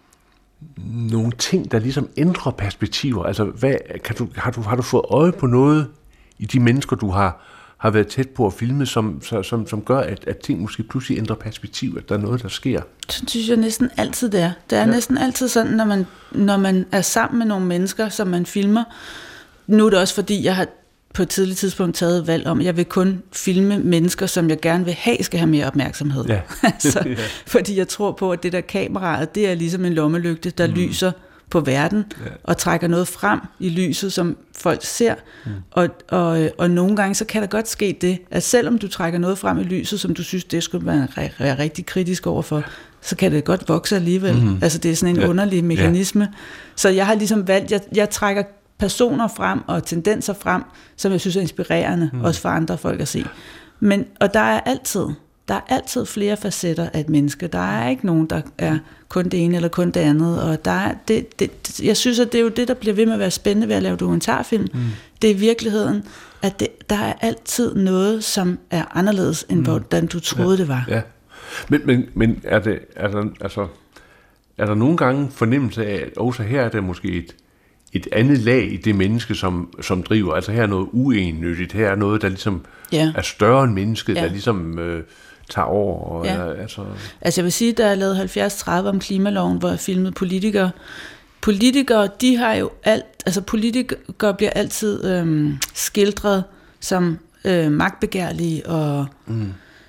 Speaker 2: nogle ting, der ligesom ændrer perspektiver? Altså, hvad, kan du, har, du, har du fået øje på noget i de mennesker, du har, har været tæt på at filme, som, som, som gør, at, at ting måske pludselig ændrer perspektiv, at der er noget, der sker?
Speaker 3: Det synes jeg næsten altid, det er. Det er ja. næsten altid sådan, når man, når man er sammen med nogle mennesker, som man filmer. Nu er det også fordi, jeg har på et tidligt tidspunkt taget valg om, at jeg vil kun filme mennesker, som jeg gerne vil have, skal have mere opmærksomhed. Ja. altså, ja. Fordi jeg tror på, at det der kameraet, det er ligesom en lommelygte, der mm. lyser på verden, ja. og trækker noget frem i lyset, som folk ser. Mm. Og, og, og nogle gange, så kan der godt ske det, at selvom du trækker noget frem i lyset, som du synes, det skulle være, være rigtig kritisk overfor, så kan det godt vokse alligevel. Mm. Altså det er sådan en ja. underlig mekanisme. Ja. Så jeg har ligesom valgt, jeg, jeg trækker personer frem og tendenser frem, som jeg synes er inspirerende, mm. også for andre folk at se. Men, og der er altid, der er altid flere facetter af et menneske. Der er ikke nogen, der er kun det ene eller kun det andet. Og der er, det, det, jeg synes, at det er jo det, der bliver ved med at være spændende ved at lave dokumentarfilm. Mm. Det er i virkeligheden, at det, der er altid noget, som er anderledes, end mm. hvordan du troede,
Speaker 2: ja.
Speaker 3: det var.
Speaker 2: Ja. Men, men, men er, det, er, der, altså, er der nogle gange fornemmelse af, at også her er der måske et et andet lag i det menneske, som, som driver. Altså her er noget uennyttigt, her er noget, der ligesom ja. er større end mennesket, ja. der ligesom øh, tager over. Og,
Speaker 3: ja.
Speaker 2: er, altså...
Speaker 3: altså jeg vil sige, da jeg lavede halvfjerds tredive om klimaloven, hvor jeg filmede politikere. Politikere, de har jo alt, altså politikere bliver altid øh, skildret som øh, magtbegærlige, og mm.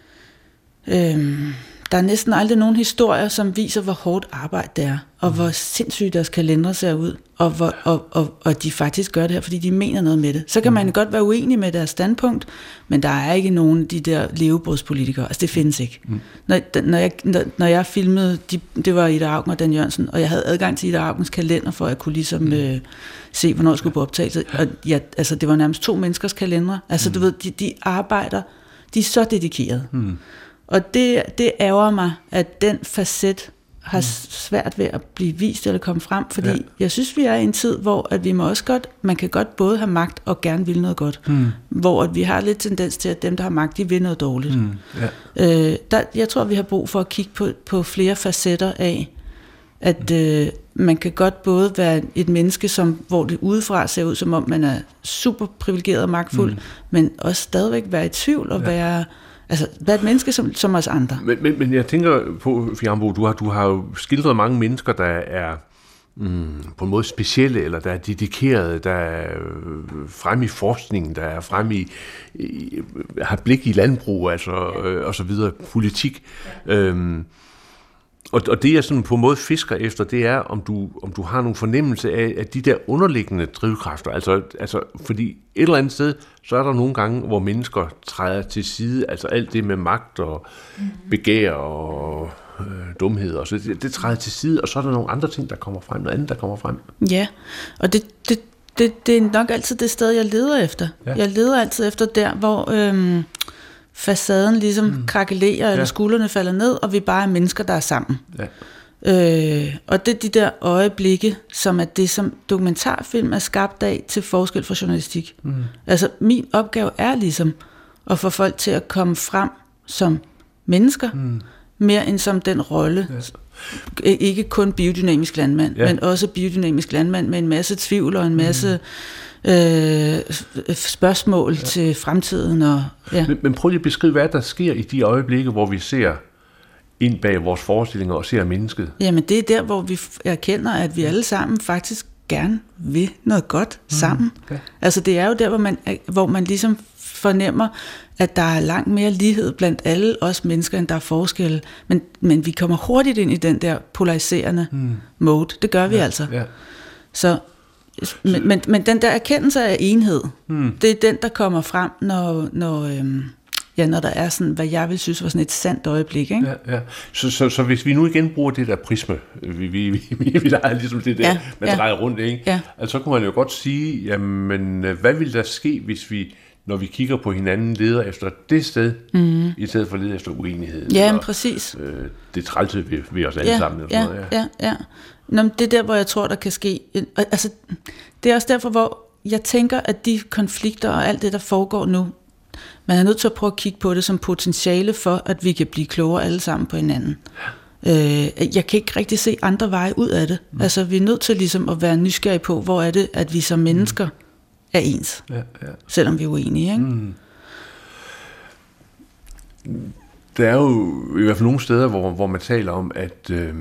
Speaker 3: øh, der er næsten aldrig nogen historier, som viser, hvor hårdt arbejde det er, og mm. hvor sindssygt deres kalendere ser ud, og, hvor, og, og, og de faktisk gør det her, fordi de mener noget med det. Så kan mm. man godt være uenig med deres standpunkt, men der er ikke nogen af de der levebrudspolitikere. Altså det findes ikke. Mm. Når, når, jeg, når, når jeg filmede, de, det var Ida Auken og Dan Jørgensen, og jeg havde adgang til Ida Aukens kalender, for at jeg kunne ligesom mm. øh, se, hvornår jeg skulle på optagelse. Og ja, altså, det var nærmest to menneskers kalendere. Altså mm. du ved, de, de arbejder, de er så dedikerede. Mm. Og det, det ærger mig, at den facet har mm. svært ved at blive vist eller komme frem, fordi ja. jeg synes, vi er i en tid, hvor at vi må også godt, man kan godt både have magt og gerne vil noget godt. Mm. Hvor at vi har lidt tendens til, at dem, der har magt, de vil noget dårligt. Mm. Ja. Øh, der, jeg tror, vi har brug for at kigge på, på flere facetter af, at mm. øh, man kan godt både være et menneske, som, hvor det udefra ser ud, som om man er super privilegeret og magtfuld, mm. men også stadigvæk være i tvivl og ja. være... Altså, hvad er et menneske som, som os andre?
Speaker 2: Men, men, men jeg tænker på, Fiambo, du har, du har jo skildret mange mennesker, der er mm, på en måde specielle, eller der er dedikerede, der er fremme i forskningen, der er fremme i, i har blik i landbrug, altså, øh, og så videre, politik. Ja. Øhm, og, og det jeg sådan på en måde fisker efter, det er, om du, om du har nogle fornemmelse af, af de der underliggende drivkræfter. Altså, altså, fordi et eller andet sted, så er der nogle gange, hvor mennesker træder til side, altså alt det med magt og begær og øh, dumhed, og så det, det træder til side, og så er der nogle andre ting, der kommer frem, noget andet, der kommer frem.
Speaker 3: Ja, og det, det, det, det er nok altid det sted, jeg leder efter. Ja. Jeg leder altid efter der, hvor... Øhm facaden ligesom mm. krakelerer, ja. eller skuldrene falder ned, og vi bare er mennesker, der er sammen. Ja. Øh, og det er de der øjeblikke, som er det, som dokumentarfilm er skabt af, til forskel fra journalistik. Mm. Altså, min opgave er ligesom at få folk til at komme frem som mennesker, mm. mere end som den rolle. Ja. Ikke kun biodynamisk landmand, ja. men også biodynamisk landmand med en masse tvivl og en masse... Mm. Øh, spørgsmål ja. til fremtiden. Og, ja.
Speaker 2: men, men prøv lige at beskrive, hvad der sker i de øjeblikke, hvor vi ser ind bag vores forestillinger og ser mennesket.
Speaker 3: Jamen det er der, hvor vi erkender, at vi alle sammen faktisk gerne vil noget godt mm. sammen. Okay. Altså det er jo der, hvor man, hvor man ligesom fornemmer, at der er langt mere lighed blandt alle os mennesker, end der er forskelle. Men, men vi kommer hurtigt ind i den der polariserende mm. mode. Det gør vi ja. altså. Ja. Så Men, men, men den der erkendelse af enhed, hmm. det er den, der kommer frem, når, når, øhm, ja, når der er sådan, hvad jeg vil synes var sådan et sandt øjeblik. Ikke?
Speaker 2: Ja, ja. Så, så, så hvis vi nu igen bruger det der prisme, vi, vi, vi, vi der er ligesom det der, ja, man ja. drejer rundt, ikke? Ja. Altså, så kunne man jo godt sige, jamen, hvad vil der ske, hvis vi, når vi kigger på hinanden, leder efter det sted, mm. i stedet for leder efter uenigheden?
Speaker 3: Ja, eller, præcis.
Speaker 2: Øh, det trælte ved, ved os alle
Speaker 3: ja,
Speaker 2: sammen. Eller
Speaker 3: ja,
Speaker 2: sådan noget, ja,
Speaker 3: ja, ja. Nå, det er der, hvor jeg tror, der kan ske. Altså, det er også derfor, hvor jeg tænker, at de konflikter og alt det, der foregår nu, man er nødt til at prøve at kigge på det som potentiale for, at vi kan blive klogere alle sammen på hinanden. Ja. Øh, jeg kan ikke rigtig se andre veje ud af det. Mm. Altså, vi er nødt til ligesom at være nysgerrige på, hvor er det, at vi som mennesker mm. er ens. Ja, ja. Selvom vi er uenige, ikke? Mm.
Speaker 2: Der er jo i hvert fald nogle steder, hvor, hvor man taler om, at, øh,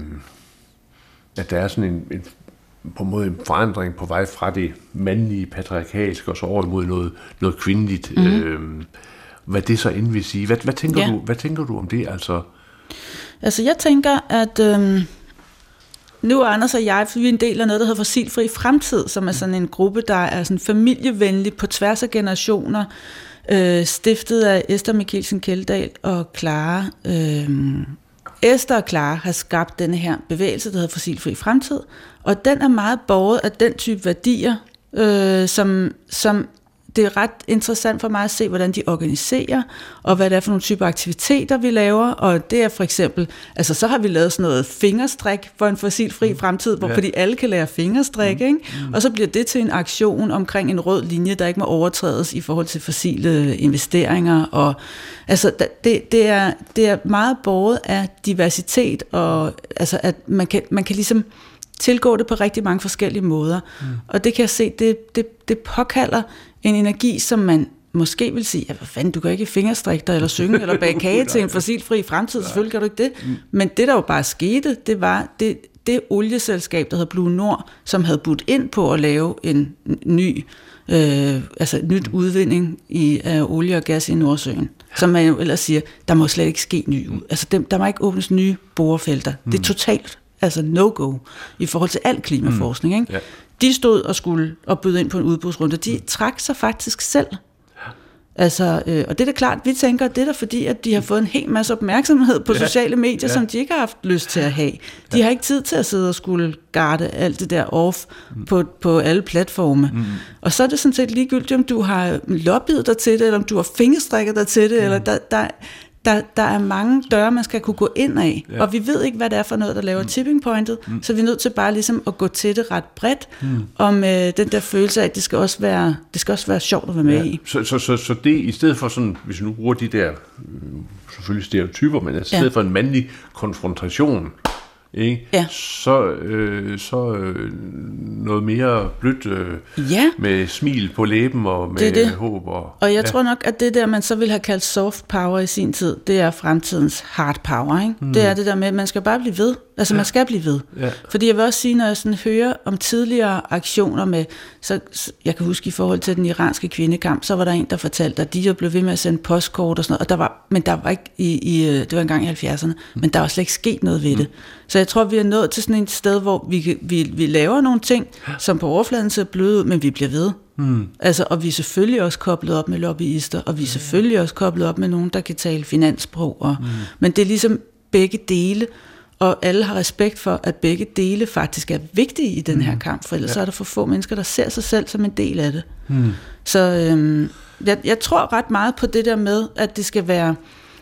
Speaker 2: at der er sådan en, en på en måde en forandring på vej fra det mandlige, patriarkalske og så over imod noget, noget kvindeligt. Mm. Øh, hvad det så end vil sige. Hvad, hvad, tænker ja. du, hvad tænker du om det? Altså,
Speaker 3: altså jeg tænker, at øh, nu er Anders og jeg, vi er en del af noget, der hedder Fossilfri Fremtid, som er sådan en gruppe, der er sådan familievenlig på tværs af generationer, øh, stiftet af Esther Mikkelsen Kjeldahl og Clara. Øh, Esther og Clara har skabt denne her bevægelse, der hedder Fossilfri Fremtid, og den er meget båret af den type værdier, øh, som, som det er ret interessant for mig at se, hvordan de organiserer, og hvad det er for nogle typer aktiviteter, vi laver, og det er for eksempel, altså så har vi lavet sådan noget fingerstrik for en fossilfri fremtid, hvor, ja. fordi alle kan lære fingerstrik, mm. ikke? Mm. Og så bliver det til en aktion omkring en rød linje, der ikke må overtrædes i forhold til fossile investeringer, og altså det, det, er, det er meget båret af diversitet, og altså at man kan, man kan ligesom tilgå det på rigtig mange forskellige måder, mm. og det kan jeg se, det, det, det påkalder en energi, som man måske vil sige, ja, hvad fanden, du kan ikke fingerstrikke dig, eller synge, eller bage kage til en fossilfri fremtid, selvfølgelig kan du ikke det. Mm. Men det, der jo bare skete, det var det, det olieselskab, der hedder Blue Nord, som havde budt ind på at lave en ny, øh, altså et nyt udvinding i af olie og gas i Nordsøen, som man jo ellers siger, der må slet ikke ske ny ud. Altså, der, der må ikke åbnes nye borefelter. Mm. Det er totalt, altså no-go, i forhold til al klimaforskning, ikke? Mm. Ja. De stod og skulle og byde ind på en udbudsrunde. De mm. trak sig faktisk selv. Ja. Altså, øh, og det er da klart, vi tænker, at det er da fordi, at de har fået en hel masse opmærksomhed på ja. sociale medier, ja. som de ikke har haft lyst til at have. De ja. har ikke tid til at sidde og skulle garde alt det der off mm. på, på alle platforme. Mm. Og så er det sådan set ligegyldigt, om du har lobbyet dig til det, eller om du har fingerstrikket dig til det, mm. eller der... der Der, der er mange døre, man skal kunne gå ind af, ja. og vi ved ikke, hvad det er for noget, der laver mm. tipping pointet, mm. så vi er nødt til bare ligesom at gå til det ret bredt, mm. om øh, den der følelse af, at det skal også være, det skal også være sjovt at være med ja. i.
Speaker 2: Så, så, så, så det i stedet for sådan, hvis vi nu bruger de der, selvfølgelig stereotyper, men altså, i stedet ja. for en mandlig konfrontation, ikke? Ja. så, øh, så øh, noget mere blødt øh, ja. med smil på læben og med det det. håb. Og,
Speaker 3: og jeg ja. tror nok, at det der, man så ville have kaldt soft power i sin tid, det er fremtidens hard power. Ikke? Mm. Det er det der med, at man skal bare blive ved. Altså ja. man skal blive ved. Ja. Fordi jeg vil også sige, når jeg sådan hører om tidligere aktioner med, så jeg kan huske i forhold til den iranske kvindekamp, så var der en, der fortalte, at de jo blev ved med at sende postkort og sådan noget, og der var, men der var ikke i, i det var engang i halvfjerdserne, mm. men der var slet ikke sket noget ved mm. det. Så jeg tror, vi er nået til sådan et sted, hvor vi, vi, vi laver nogle ting, som på overfladen ser bløde ud, men vi bliver ved. Mm. Altså, og vi er selvfølgelig også koblet op med lobbyister, og vi er selvfølgelig også koblet op med nogen, der kan tale finanssprog. Og, mm. Men det er ligesom begge dele, og alle har respekt for, at begge dele faktisk er vigtige i den her kamp, for ellers ja. er der for få mennesker, der ser sig selv som en del af det. Mm. Så øhm, jeg, jeg tror ret meget på det der med, at det skal være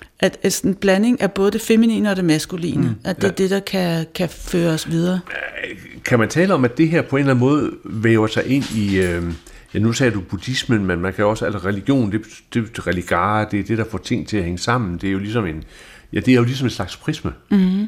Speaker 3: at en blanding af både det feminine og det maskuline, mm, at det ja. er det, der kan, kan føre os videre.
Speaker 2: Kan man tale om, at det her på en eller anden måde væver sig ind i, øh, ja nu sagde du buddhismen, men man kan også, altså religion, det, det religare, det er det, der får ting til at hænge sammen, det er jo ligesom en, ja det er jo ligesom en slags prisme. Mm-hmm.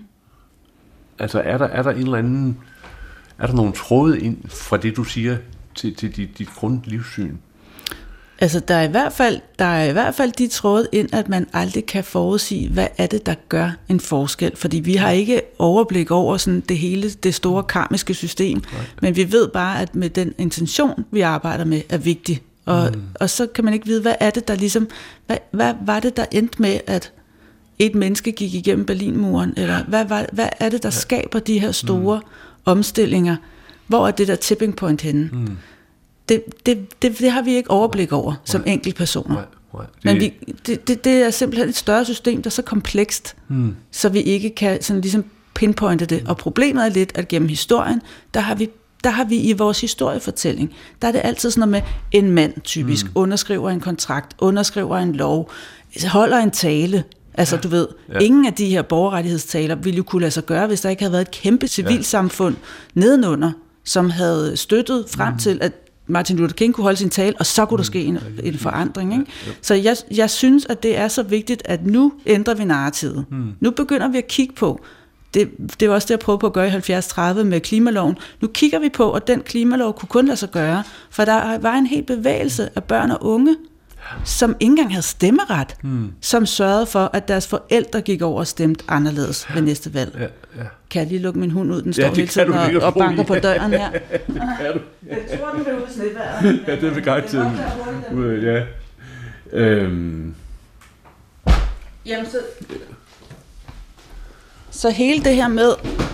Speaker 2: Altså er der, er der en eller anden, er der nogle tråde ind fra det, du siger, til, til dit, dit grundlivssyn?
Speaker 3: Altså, der er, i hvert fald, der er i hvert fald de tråde ind, at man aldrig kan forudsige, hvad er det, der gør en forskel. Fordi vi har ikke overblik over sådan det hele, det store karmiske system. Nej. Men vi ved bare, at med den intention, vi arbejder med, er vigtig. Og, mm. og så kan man ikke vide, hvad er det, der ligesom, hvad, hvad var det, der endte med, at et menneske gik igennem Berlinmuren? Eller hvad, hvad, hvad er det, der ja. skaber de her store mm. omstillinger? Hvor er det der tipping point henne? Mm. Det, det, det, det har vi ikke overblik over nej. Som enkeltpersoner. Nej. Nej, det... Men vi, det, det, det er simpelthen et større system, der er så komplekst, mm. så vi ikke kan sådan ligesom pinpointe det. Mm. Og problemet er lidt, at gennem historien, der har vi der har vi i vores historiefortælling, der er det altid sådan noget med, en mand typisk mm. underskriver en kontrakt, underskriver en lov, holder en tale. Altså ja. Du ved, ja. Ingen af de her borgerrettighedstaler ville jo kunne lade sig gøre, hvis der ikke havde været et kæmpe civilsamfund ja. Nedenunder, som havde støttet frem mm. til, at Martin Luther King kunne holde sin tale, og så kunne der ske en, en forandring. Ikke? Ja, ja. Så jeg, jeg synes, at det er så vigtigt, at nu ændrer vi narrativet. Mm. Nu begynder vi at kigge på, det, det var også det, jeg prøvede på at gøre i halvfjerds tredive med klimaloven. Nu kigger vi på, at den klimalov kunne kun lade sig gøre, for der var en hel bevægelse af børn og unge, som ikke engang havde stemmeret, mm. som sørgede for, at deres forældre gik over og stemte anderledes ved næste valg. Ja, ja. Kan jeg lige lukke min hund ud? Den står ja, hele tiden og, og banker på døren her. Det kan du. Jeg tror, den vil ud i snedværet.
Speaker 2: Ja, det vil garanteret ud. Ja. Øhm.
Speaker 3: Jamen, så... Så hele det her med...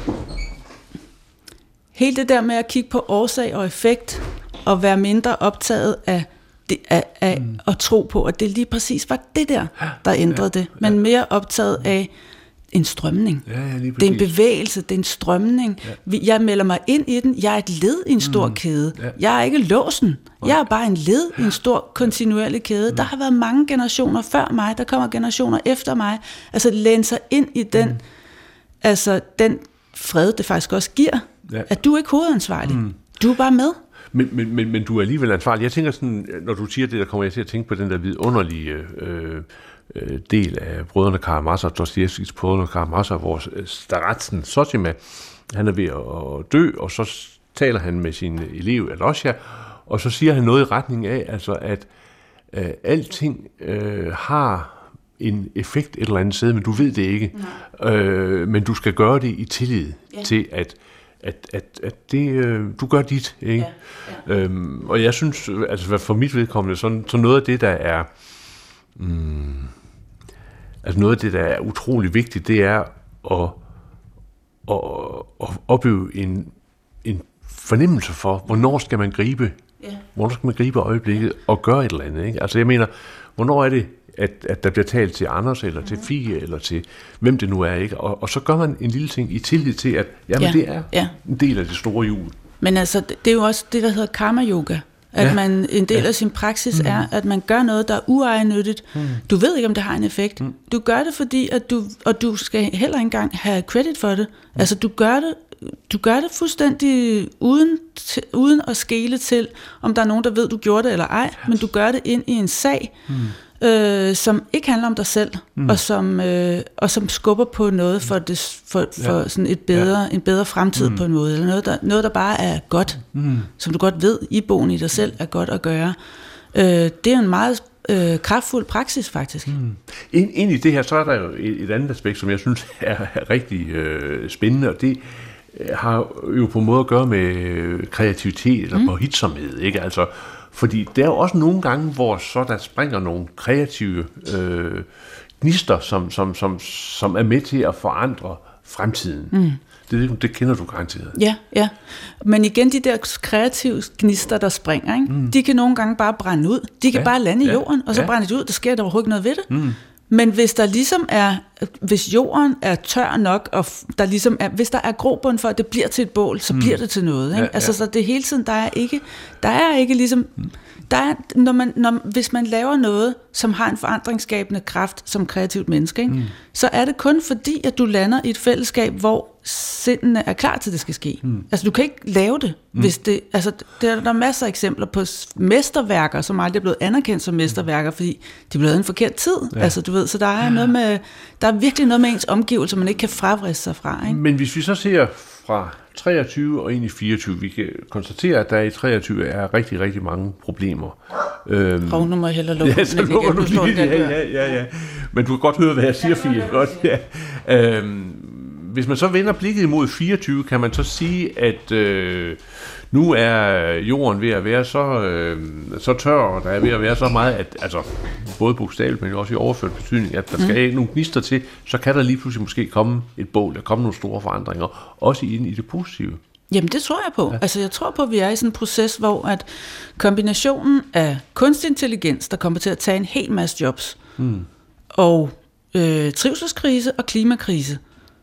Speaker 3: Hele det der med at kigge på årsag og effekt, og være mindre optaget af Det, af, af mm. at tro på, at det lige præcis var det der, der ændrede ja, det, men ja. Mere optaget af en strømning.
Speaker 2: Ja, ja,
Speaker 3: det er en bevægelse, det er en strømning. Ja. Jeg melder mig ind i den, jeg er et led i en stor mm. kæde. Ja. Jeg er ikke låsen, jeg er bare en led i en stor kontinuerlig kæde. Mm. Der har været mange generationer før mig, der kommer generationer efter mig. Altså læn sig ind i den, mm. altså den fred, det faktisk også giver, ja. At du er ikke hovedansvarlig. Mm. Du er bare med.
Speaker 2: Men, men, men, men du er alligevel ansvarlig. Jeg tænker sådan, når du siger det, der kommer jeg til at tænke på den der vidunderlige øh, øh, del af brødrene Karamazov, Dostojevskijs brødrene Karamazov, hvor Staratsen Sotima, han er ved at dø, og så taler han med sin elev Alosja, og så siger han noget i retning af, altså at øh, alting øh, har en effekt et eller andet sted, men du ved det ikke. Øh, men du skal gøre det i tillid ja. Til, at At, at, at det, øh, du gør dit, ikke? Ja, ja. Øhm, og jeg synes, altså for mit vedkommende, så, så noget af det, der er, mm, altså noget af det, der er utrolig vigtigt, det er at, at, at opleve en, en fornemmelse for, hvornår skal man gribe, ja. Hvornår skal man gribe øjeblikket og gøre et eller andet, ikke? Altså jeg mener, hvornår er det, at, at der bliver talt til Anders, eller til Fie, eller til hvem det nu er, ikke? Og, og så gør man en lille ting i tillid til, at jamen, ja, det er ja. En del af det store hjul.
Speaker 3: Men altså, det er jo også det, der hedder karma-yoga. At ja. Man, en del ja. Af sin praksis mm. er, at man gør noget, der er uegennyttigt. Mm. Du ved ikke, om det har en effekt. Mm. Du gør det, fordi, at du, og du skal heller ikke engang have credit for det. Mm. Altså, du gør det, du gør det fuldstændig uden, t- uden at skele til, om der er nogen, der ved, du gjorde det eller ej, yes. Men du gør det ind i en sag, mm. Øh, som ikke handler om dig selv, mm. og, som, øh, og som skubber på noget for, det, for, for ja. Sådan et bedre, ja. En bedre fremtid mm. på en måde, eller noget der, noget, der bare er godt, mm. som du godt ved, iboende i dig selv, er godt at gøre. Øh, det er en meget øh, kraftfuld praksis, faktisk. Mm.
Speaker 2: Ind, ind i det her, så er der jo et, et andet aspekt, som jeg synes er, er rigtig øh, spændende, og det har jo på en måde at gøre med kreativitet, eller mm. på hitsomhed, ikke? Altså, fordi der er jo også nogle gange, hvor så der springer nogle kreative øh, gnister, som, som, som, som er med til at forandre fremtiden. Mm. Det, det kender du garanteret.
Speaker 3: Ja, ja. Men igen, de der kreative gnister, der springer, ikke? Mm. De kan nogle gange bare brænde ud. De kan ja, bare lande i ja, jorden, og så ja. Brænder de ud. Der sker der overhovedet ikke noget ved det. Mm. Men hvis der ligesom er, hvis jorden er tør nok, og der ligesom er, hvis der er grobund for, at det bliver til et bål, så mm. bliver det til noget. Ikke? Ja, ja. Altså, så det hele tiden, der er ikke, der er ikke ligesom, der er, når man, når, hvis man laver noget, som har en forandringsskabende kraft som kreativt menneske, ikke? Mm. så er det kun fordi, at du lander i et fællesskab, hvor sindene er klar til, at det skal ske. Mm. Altså, du kan ikke lave det, mm. hvis det, altså, der er der masser af eksempler på mesterværker, som aldrig er blevet anerkendt som mesterværker, fordi de blev lavet i en forkert tid. Ja. Altså, du ved, så der er ja. noget med, der er virkelig noget med ens omgivelser, man ikke kan fravriste sig fra. Ikke?
Speaker 2: Men hvis vi så ser fra treogtyve og ind i fireogtyve, vi kan konstatere, at der i treogtyve er rigtig, rigtig mange problemer.
Speaker 3: Øhm, Rov, nu må jeg hellere lukke
Speaker 2: ja, så den igen. Du lige, ja, ja, ja, ja. Men du kan godt høre, hvad jeg siger, Fie. Godt, ja. øhm, hvis man så vender blikket imod fireogtyve, kan man så sige, at øh, nu er jorden ved at være så, øh, så tør, og der er ved at være så meget, at altså, både bogstaveligt, men også i overført betydning, at der skal mm. nogle gnister til, så kan der lige pludselig måske komme et bål, der kommer nogle store forandringer, også ind i det positive.
Speaker 3: Jamen det tror jeg på. Ja. Altså jeg tror på, at vi er i sådan en proces, hvor at kombinationen af kunstig intelligens, der kommer til at tage en hel masse jobs, mm. og øh, trivselskrise og klimakrise,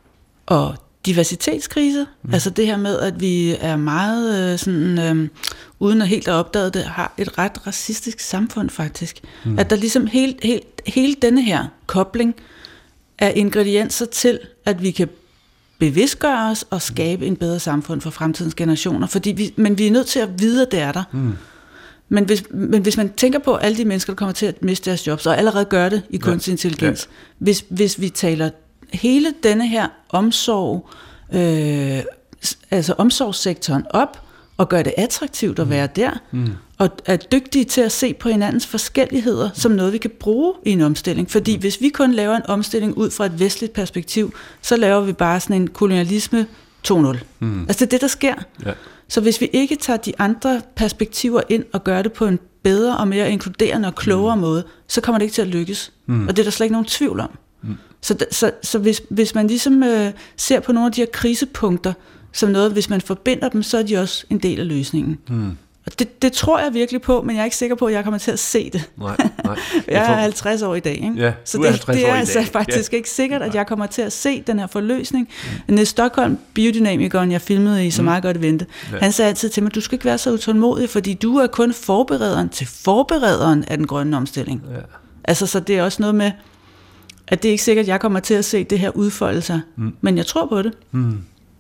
Speaker 3: og diversitetskrise, mm. altså det her med, at vi er meget øh, sådan, øh, uden at helt have opdaget det, har et ret racistisk samfund faktisk. Mm. At der ligesom hele, hele, hele denne her kobling af ingredienser til, at vi kan bevidstgøre os og skabe en bedre samfund for fremtidens generationer. Fordi vi, men vi er nødt til at vide, at det er der. Mm. Men, hvis, men hvis man tænker på alle de mennesker, der kommer til at miste deres jobs, og allerede gør det i kunstig ja. intelligens, ja. Hvis, hvis vi taler hele denne her omsorg, øh, altså omsorgssektoren op, og gør det attraktivt at være der, mm. og er dygtige til at se på hinandens forskelligheder som noget, vi kan bruge i en omstilling. Fordi mm. hvis vi kun laver en omstilling ud fra et vestligt perspektiv, så laver vi bare sådan en kolonialisme to nul. Mm. Altså det er det, der sker. Ja. Så hvis vi ikke tager de andre perspektiver ind og gør det på en bedre og mere inkluderende og klogere mm. måde, så kommer det ikke til at lykkes. Mm. Og det er der slet ikke nogen tvivl om. Mm. Så, så, så hvis, hvis man ligesom øh, ser på nogle af de her krisepunkter, som noget, hvis man forbinder dem, så er de også en del af løsningen. Mm. Og det, det tror jeg virkelig på, men jeg er ikke sikker på, at jeg kommer til at se det.
Speaker 2: Nej, nej.
Speaker 3: Jeg er halvtreds år i dag, ikke?
Speaker 2: Ja,
Speaker 3: så det, det er altså faktisk ja. ikke sikkert, at jeg kommer til at se den her forløsning. Mm. Niels Stokholm, biodynamikeren, jeg filmede i Så meget godt vente, ja. han sagde altid til mig, du skal ikke være så utålmodig, fordi du er kun forberederen til forberederen af den grønne omstilling. Ja. Altså, så det er også noget med, at det er ikke sikkert, at jeg kommer til at se det her udfolde sig, mm. men jeg tror på det. Mm.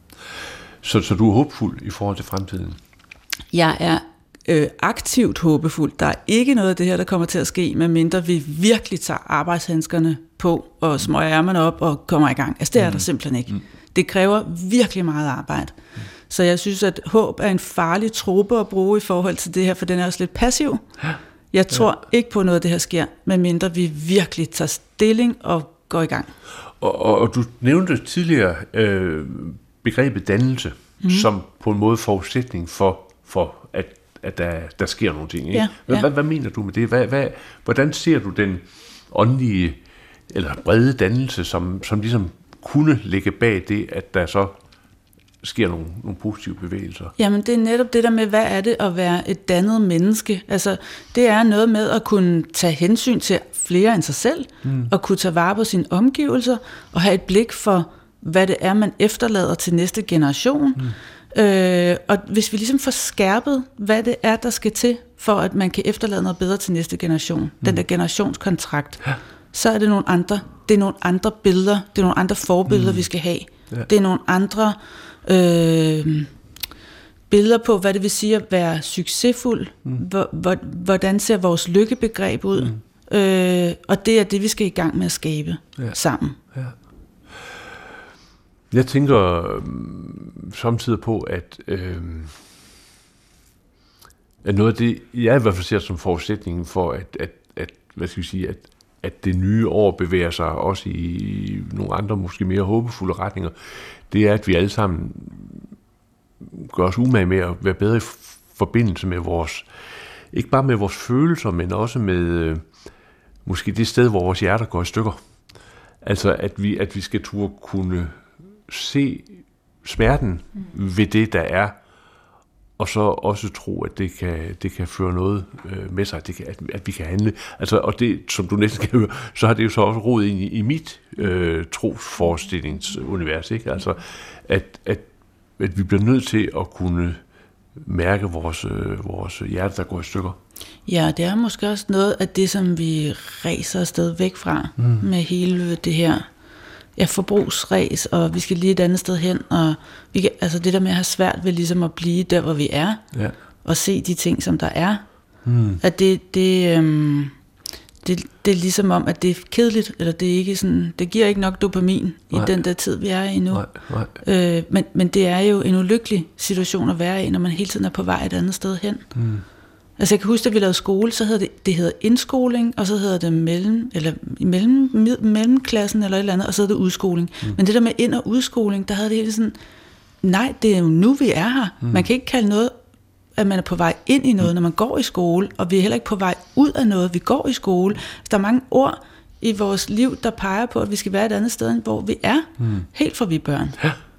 Speaker 2: Så, så du er håbefuld i forhold til fremtiden?
Speaker 3: Jeg er øh, aktivt håbefuld. Der er ikke noget af det her, der kommer til at ske, medmindre vi virkelig tager arbejdshandskerne på og smøger ærmerne op og kommer i gang. Altså det er mm. der simpelthen ikke. Mm. Det kræver virkelig meget arbejde. Mm. Så jeg synes, at håb er en farlig trope at bruge i forhold til det her, for den er også lidt passiv. Jeg tror ja. ikke på noget af det her sker, medmindre vi virkelig tager stilling og går i gang.
Speaker 2: Og, og, og du nævnte tidligere øh, begrebet dannelse, mm. som på en måde forudsætning for, for at, at der, der sker nogle ting. Ikke?
Speaker 3: Ja,
Speaker 2: hvad,
Speaker 3: ja.
Speaker 2: hvad, hvad mener du med det? Hvad, hvad, hvordan ser du den åndelige eller brede dannelse, som, som ligesom kunne ligge bag det, at der så sker nogle, nogle positive bevægelser?
Speaker 3: Jamen det er netop det der med, hvad er det at være et dannet menneske? Altså det er noget med at kunne tage hensyn til flere end sig selv, mm. og kunne tage vare på sine omgivelser, og have et blik for, hvad det er, man efterlader til næste generation. Mm. Øh, og hvis vi ligesom får skærpet, hvad det er, der skal til, for at man kan efterlade noget bedre til næste generation, mm. den der generationskontrakt, ja. så er det nogle andre, det er nogle andre billeder, det er nogle andre forbilleder, mm. vi skal have. Ja. Det er nogle andre øh, billeder på, hvad det vil sige at være succesfuld, mm. hvordan ser vores lykkebegreb ud, mm. øh, og det er det, vi skal i gang med at skabe ja. sammen. Ja.
Speaker 2: Jeg tænker øh, samtidig på, at, øh, at noget af det, jeg i hvert fald ser som forudsætningen for, at, at, at, hvad skal vi sige, at, at det nye år bevæger sig også i nogle andre, måske mere håbefulde retninger, det er, at vi alle sammen gør os umage med at være bedre i forbindelse med vores, ikke bare med vores følelser, men også med øh, måske det sted, hvor vores hjerter går i stykker. Altså, at vi, at vi skal turde kunne se smerten mm. ved det, der er, og så også tro, at det kan, det kan føre noget øh, med sig, at, det kan, at, at vi kan handle. Altså, og det, som du næsten kan høre, så har det jo så også rod ind i, i mit øh, trosforestillingsunivers, ikke? Altså, at, at, at vi bliver nødt til at kunne mærke vores, øh, vores hjerte, der går i stykker.
Speaker 3: Ja, det er måske også noget af det, som vi ræser afsted væk fra, mm. med hele det her ja, forbrugsræs, og vi skal lige et andet sted hen, og vi kan, altså det der med at have svært ved ligesom at blive der, hvor vi er, ja. og se de ting, som der er, mm. at det, det, øhm, det, det er ligesom om, at det er kedeligt, eller det er ikke sådan, det giver ikke nok dopamin nej. i den der tid, vi er i nu. Nej, nej. Øh, men, men det er jo en ulykkelig situation at være i, når man hele tiden er på vej et andet sted hen. Mm. Altså jeg kan huske, at vi lavede skole, så hedder det, det hedder indskoling, og så hedder det mellem, eller mellem, mellemklassen eller et eller andet, og så hedder det udskoling. Mm. Men det der med ind- og udskoling, der havde det hele sådan, nej, det er jo nu, vi er her. Mm. Man kan ikke kalde noget, at man er på vej ind i noget, mm. når man går i skole, og vi er heller ikke på vej ud af noget, vi går i skole. Så der er mange ord i vores liv, der peger på, at vi skal være et andet sted, end hvor vi er, mm. helt fra vi er børn. Ja.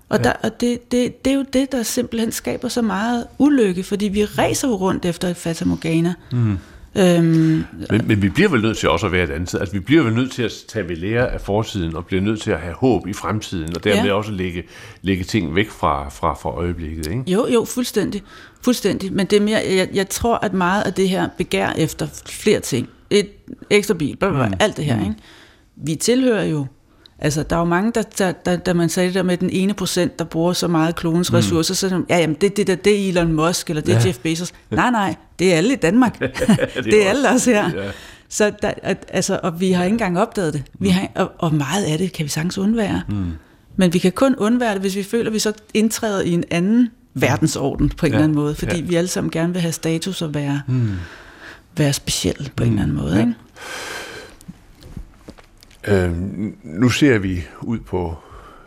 Speaker 3: Og,
Speaker 2: ja.
Speaker 3: der, og det, det, det er jo det, der simpelthen skaber så meget ulykke, fordi vi rejser jo rundt efter et fatamorgana. Mm. Øhm,
Speaker 2: men, men vi bliver vel nødt til også at være et andet sted. Altså, vi bliver vel nødt til at tage ved lære af fortiden, og bliver nødt til at have håb i fremtiden, og dermed ja. også lægge, lægge ting væk fra, fra, fra øjeblikket. Ikke?
Speaker 3: Jo, jo, fuldstændig. fuldstændig. Men det er mere, jeg, jeg tror, at meget af det her begær efter flere ting, et ekstra bil, blablabla, mm. alt det her, ikke? Vi tilhører jo, altså der er jo mange, der, der, der, der man sagde det der med den ene procent, der bruger så meget klonens mm. ressourcer, så ja, jamen det, det, det, det er Elon Musk, eller det er ja. Jeff Bezos. Nej, nej, det er alle i Danmark. det, er det er alle også her. Ja. Så der, at, altså, og vi har ikke engang opdaget det. Vi har, og, og meget af det kan vi sagtens undvære. Mm. Men vi kan kun undvære det, hvis vi føler, at vi så indtræder i en anden verdensorden på en ja. eller anden måde, fordi ja. vi alle sammen gerne vil have status og være, mm. være speciel på mm. en eller anden måde. Ja. Ikke?
Speaker 2: Øh, nu ser vi ud på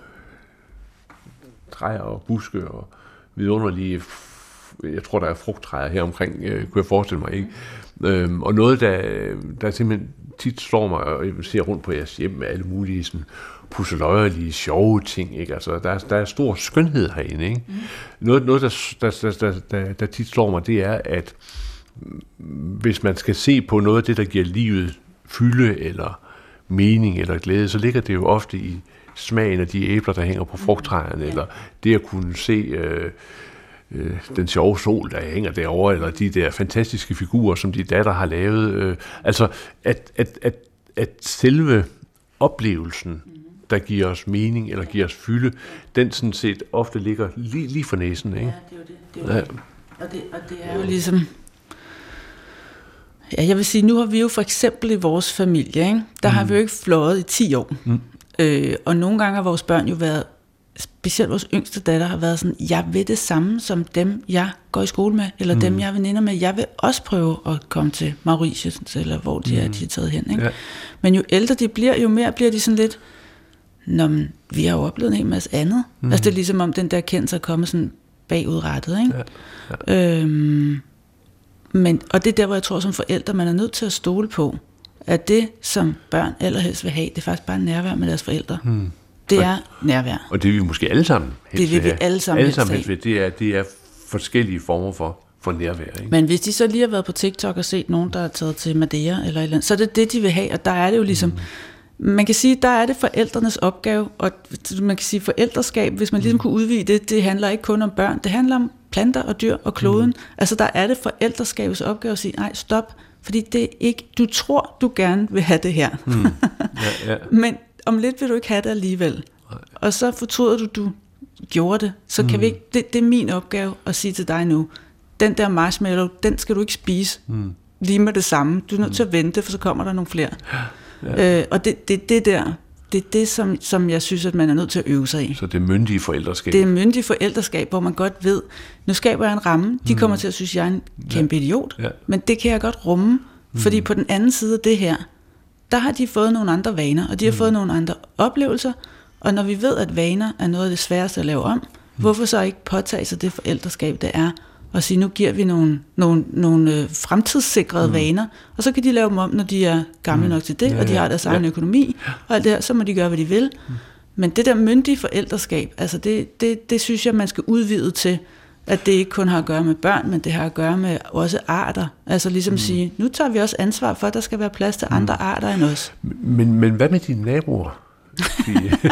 Speaker 2: træer og buske og vidunderlige, jeg tror der er frugttræer her omkring, øh, kunne jeg forestille mig, ikke? Øh, og noget der, der simpelthen tit slår mig, og jeg ser rundt på jeres hjem med alle mulige sådan pusseløjerlige, sjove ting, ikke? Altså der er, der er stor skønhed herinde, ikke? Mm. Noget, noget der, der, der, der, der tit slår mig, det er, at hvis man skal se på noget af det, der giver livet fylde eller mening eller glæde, så ligger det jo ofte i smagen af de æbler, der hænger på frugttræerne, eller det at kunne se øh, øh, den sjove sol, der hænger derovre, eller de der fantastiske figurer, som de datter har lavet. Øh, altså, at, at, at, at selve oplevelsen, der giver os mening, eller giver os fylde, den sådan set ofte ligger lige, lige for næsen, ikke?
Speaker 3: Ja, det er jo det. Det er jo ja. det. Og, det, og det er jo ligesom... Ja, jeg vil sige, nu har vi jo for eksempel i vores familie, ikke? Der mm. har vi jo ikke fløjet i ti år. Mm. Øh, og nogle gange har vores børn jo været, specielt vores yngste datter, har været sådan, jeg vil det samme som dem, jeg går i skole med, eller mm. dem, jeg er veninder med. Jeg vil også prøve at komme til Mauritius, eller hvor de er, mm. de er taget hen. Ikke? Ja. Men jo ældre de bliver, jo mere bliver de sådan lidt, nå, men vi har jo oplevet en hel masse andet. Mm. Altså det er ligesom om den der kendelse er kommet sådan bagudrettet. Ikke? Ja. Ja. Øhm, Men, og det er der, hvor jeg tror som forældre, man er nødt til at stole på, at det, som børn allerhelst vil have, det er faktisk bare nærvær med deres forældre. Hmm. Det er nærvær.
Speaker 2: Og det vil vi måske alle sammen helst
Speaker 3: Det vil vi alle sammen,
Speaker 2: alle sammen helst have. Det er, det er forskellige former for, for nærvær. Ikke?
Speaker 3: Men hvis de så lige har været på TikTok og set nogen, der er taget til Madeira, eller et eller andet, så er det det, de vil have, og der er det jo ligesom... Hmm. Man kan sige, der er det forældrenes opgave, og man kan sige forældreskab, hvis man ligesom kunne udvide det, det handler ikke kun om børn, det handler om planter og dyr og kloden. Mm. Altså der er det forældreskabets opgave at sige, nej, stop, fordi det er ikke, du tror, du gerne vil have det her. Mm. Ja, ja. Men om lidt vil du ikke have det alligevel. Nej. Og så fortryder du, du gjorde det. Så kan mm. vi ikke, det, det er min opgave at sige til dig nu, den der marshmallow, den skal du ikke spise mm. lige med det samme. Du er nødt mm. til at vente, for så kommer der nogle flere. Ja. Øh, og det, det, det der, det er det, som, som jeg synes, at man er nødt til at øve sig i.
Speaker 2: Så det er myndige forældreskab.
Speaker 3: Det er myndige forældreskab, hvor man godt ved, nu skaber jeg en ramme, de kommer mm. til at synes, at jeg er en kæmpe ja. idiot, ja. men det kan jeg godt rumme, mm. fordi på den anden side af det her, der har de fået nogle andre vaner, og de har mm. fået nogle andre oplevelser, og når vi ved, at vaner er noget af det sværeste at lave om, mm. hvorfor så ikke påtage sig det forældreskab, det er, og sige, nu giver vi nogle, nogle, nogle øh, fremtidssikrede mm. vaner, og så kan de lave dem om, når de er gamle mm. nok til det, ja, og de har deres ja. egen økonomi, og alt det her, så må de gøre, hvad de vil. Mm. Men det der myndige forældreskab, altså det, det, det synes jeg, man skal udvide til, at det ikke kun har at gøre med børn, men det har at gøre med også arter. Altså ligesom mm. sige, nu tager vi også ansvar for, at der skal være plads til andre mm. arter end os.
Speaker 2: Men, men hvad med dine naboer? kan,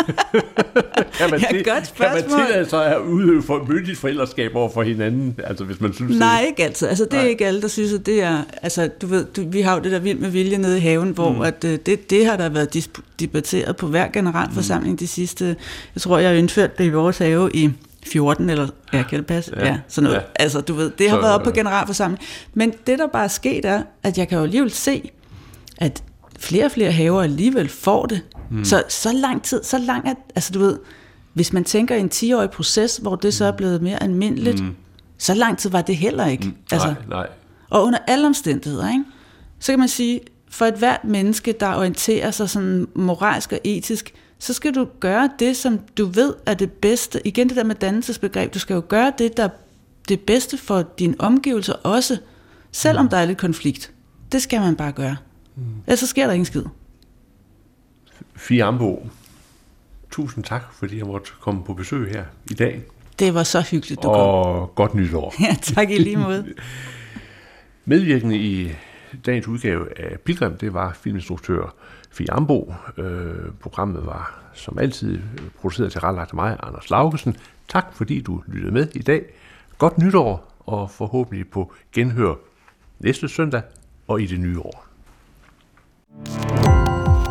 Speaker 2: man
Speaker 3: ja,
Speaker 2: til, kan man tillade sig at udøve for myndigt forældreskab over for hinanden, altså hvis man synes
Speaker 3: nej
Speaker 2: det...
Speaker 3: ikke altid, altså det er nej. ikke alle der synes at det er, altså du ved du, vi har jo det der Vild med Vilje nede i haven, hvor mm. at det, det har der været disp- debatteret på hver generalforsamling mm. de sidste, jeg tror jeg har indført det i vores have i fjorten eller ja, kan det passe? Ja, ja sådan noget. Ja. Altså du ved, det har så, været op på generalforsamling, men det der bare er sket er, at jeg kan jo alligevel se at flere og flere haver alligevel får det. Mm. Så, så lang tid, så lang at, altså du ved, hvis man tænker i en ti-årig proces, hvor det så er blevet mere almindeligt, mm. så lang tid var det heller ikke. Mm. Altså,
Speaker 2: nej, nej.
Speaker 3: Og under alle omstændigheder, ikke? Så kan man sige, for et hvert menneske, der orienterer sig sådan moralsk og etisk, så skal du gøre det, som du ved er det bedste. Igen det der med dannelsesbegreb, du skal jo gøre det, der er det bedste for dine omgivelser også, selvom mm. der er lidt konflikt. Det skal man bare gøre. Mm. Ellers så sker der ingen skid.
Speaker 2: Fiambo tusind tak, fordi jeg måtte komme på besøg her i dag.
Speaker 3: Det var så hyggeligt, du
Speaker 2: og
Speaker 3: kom.
Speaker 2: Og godt nytår.
Speaker 3: Ja, tak i lige måde.
Speaker 2: Medvirkende i dagens udgave af Pilgrim, det var filminstruktør Fie Ambo. Øh, programmet var som altid produceret til rettelagt af mig, Anders Laugesen. Tak fordi du lyttede med i dag. Godt nytår, og forhåbentlig på genhør næste søndag og i det nye år.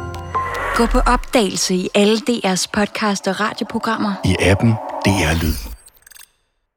Speaker 1: Gå på opdagelse i alle D R's podcast og radioprogrammer.
Speaker 4: I appen D R Lyd.